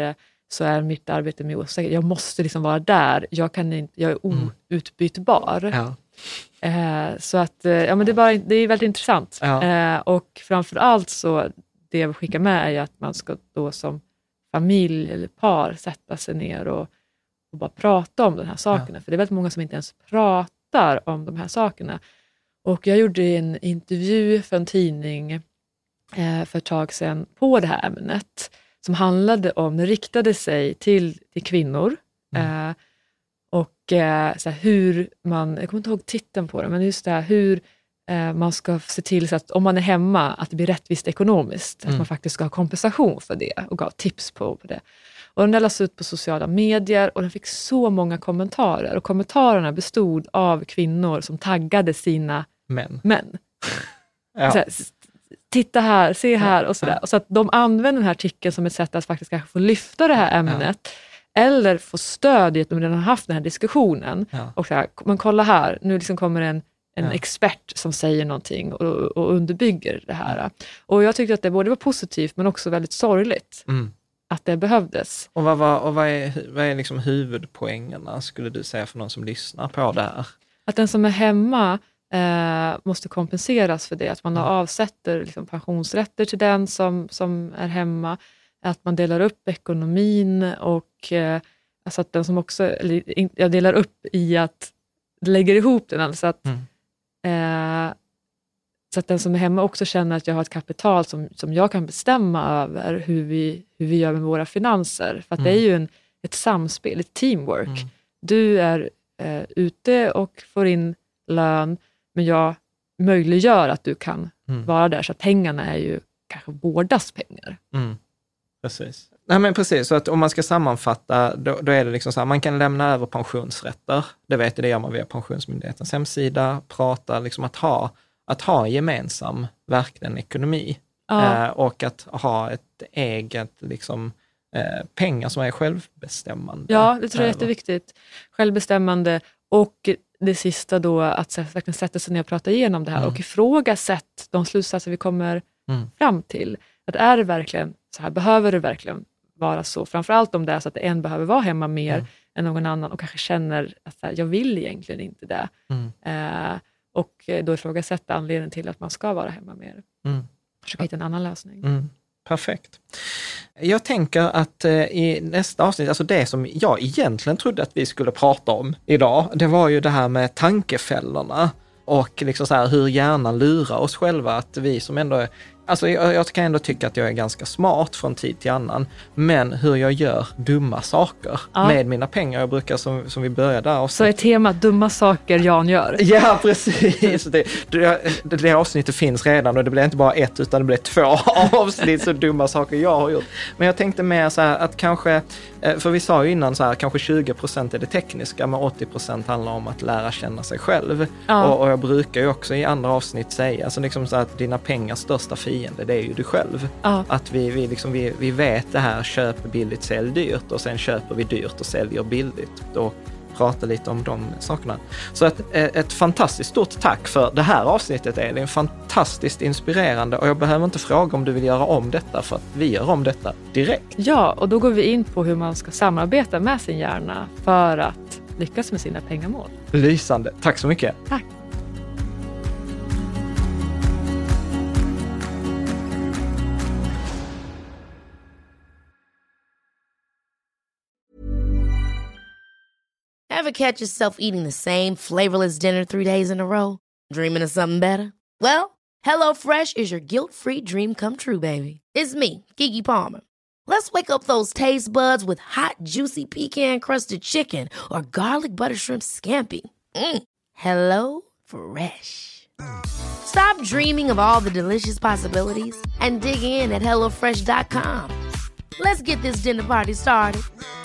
så är mitt arbete med osäkerhet. Jag måste liksom vara där. Jag, kan inte, jag är outbytbar. Mm. Ja. Eh, så att eh, ja, men det, är bara, det är väldigt intressant. Ja. Eh, och framförallt så det jag vill skicka med är ju att man ska då som familj eller par sätta sig ner och, och bara prata om de här sakerna. Ja. För det är väldigt många som inte ens pratar om de här sakerna. Och jag gjorde en intervju för en tidning eh, för ett tag sedan på det här ämnet. Som handlade om, det riktade sig till, till kvinnor. Mm. Eh, och eh, så här, hur man, jag kommer inte ihåg titeln på det, men just det här hur eh, man ska se till så att om man är hemma att det blir rättvist ekonomiskt. Mm. Att man faktiskt ska ha kompensation för det och gav tips på, på det. Och den lades ut på sociala medier och den fick så många kommentarer. Och kommentarerna bestod av kvinnor som taggade sina män. män. Ja. Så här, titta här, se här och sådär. Och så att de använder den här artikeln som ett sätt att faktiskt kanske få lyfta det här ämnet. Ja. Eller få stöd i att de redan har haft den här diskussionen. Ja. Och så här, men kolla här, nu liksom kommer en, en ja. expert som säger någonting och, och underbygger det här. Ja. Och jag tyckte att det både var positivt men också väldigt sorgligt. Mm. Att det behövdes. Och vad, var, och vad är, vad är liksom huvudpoängerna skulle du säga för någon som lyssnar på det här? Att den som är hemma eh, måste kompenseras för det. Att man mm. avsätter liksom pensionsrätter till den som, som är hemma. Att man delar upp ekonomin och eh, alltså att den som också, eller, jag delar upp i att lägger ihop den. Alltså att, mm. eh, så att den som är hemma också känner att jag har ett kapital som, som jag kan bestämma över hur vi, hur vi gör med våra finanser. För att mm. det är ju en, ett samspel, ett teamwork. Mm. Du är eh, ute och får in lön, men jag möjliggör att du kan mm. vara där. Så att pengarna är ju kanske bådas pengar. Mm. Precis. Nej men precis, så att om man ska sammanfatta då, då är det liksom så här, man kan lämna över pensionsrätter. Det vet jag, det gör man via Pensionsmyndighetens hemsida. Prata liksom att ha att ha en gemensam verkligen ekonomi ja. eh, och att ha ett eget liksom, eh, pengar som är självbestämmande. Ja, det tror jag är jätteviktigt. Självbestämmande och det sista då att verkligen sätta sig ner och prata igenom det här mm. och ifrågasätt de slutsatser vi kommer mm. fram till. Att är det verkligen så här, behöver det verkligen vara så? Framförallt om det är så att en behöver vara hemma mer mm. än någon annan och kanske känner att så här, jag vill egentligen inte det. Mm. Eh, Och då ifrågasätta anledningen till att man ska vara hemma mer. Mm. Försöka hitta en annan lösning. Mm. Perfekt. Jag tänker att eh, i nästa avsnitt, alltså det som jag egentligen trodde att vi skulle prata om idag, det var ju det här med tankefällorna. Och liksom så här, hur hjärnan lurar oss själva. Att vi som ändå är, alltså jag, jag kan ändå tycka att jag är ganska smart från tid till annan. Men hur jag gör dumma saker ja. med mina pengar. Jag brukar, som, som vi började där. Så är temat dumma saker Jan gör. Ja, precis. Det, det, det, det avsnittet finns redan och det blir inte bara ett utan det blir två avsnitt så dumma saker jag har gjort. Men jag tänkte mer så här att kanske, för vi sa ju innan så här, kanske tjugo procent är det tekniska men åttio procent handlar om att lära känna sig själv. Ja. Och, och jag brukar ju också i andra avsnitt säga alltså liksom så att dina pengars största fiende, det är ju du själv. Ja. Att vi, vi, liksom, vi, vi vet det här, köp billigt, sälj dyrt och sen köper vi dyrt och säljer billigt. Och prata lite om de sakerna. Så ett, ett fantastiskt stort tack för det här avsnittet, Elin. Fantastiskt inspirerande och jag behöver inte fråga om du vill göra om detta för att vi gör om detta direkt. Ja, och då går vi in på hur man ska samarbeta med sin hjärna för att lyckas med sina pengamål. Lysande. Tack så mycket. Tack. Ever catch yourself eating the same flavorless dinner three days in a row? Dreaming of something better? Well, HelloFresh is your guilt-free dream come true, baby. It's me, Keke Palmer. Let's wake up those taste buds with hot, juicy pecan-crusted chicken or garlic butter shrimp scampi. Mm. Hello Fresh. Stop dreaming of all the delicious possibilities and dig in at hello fresh dot com. Let's get this dinner party started.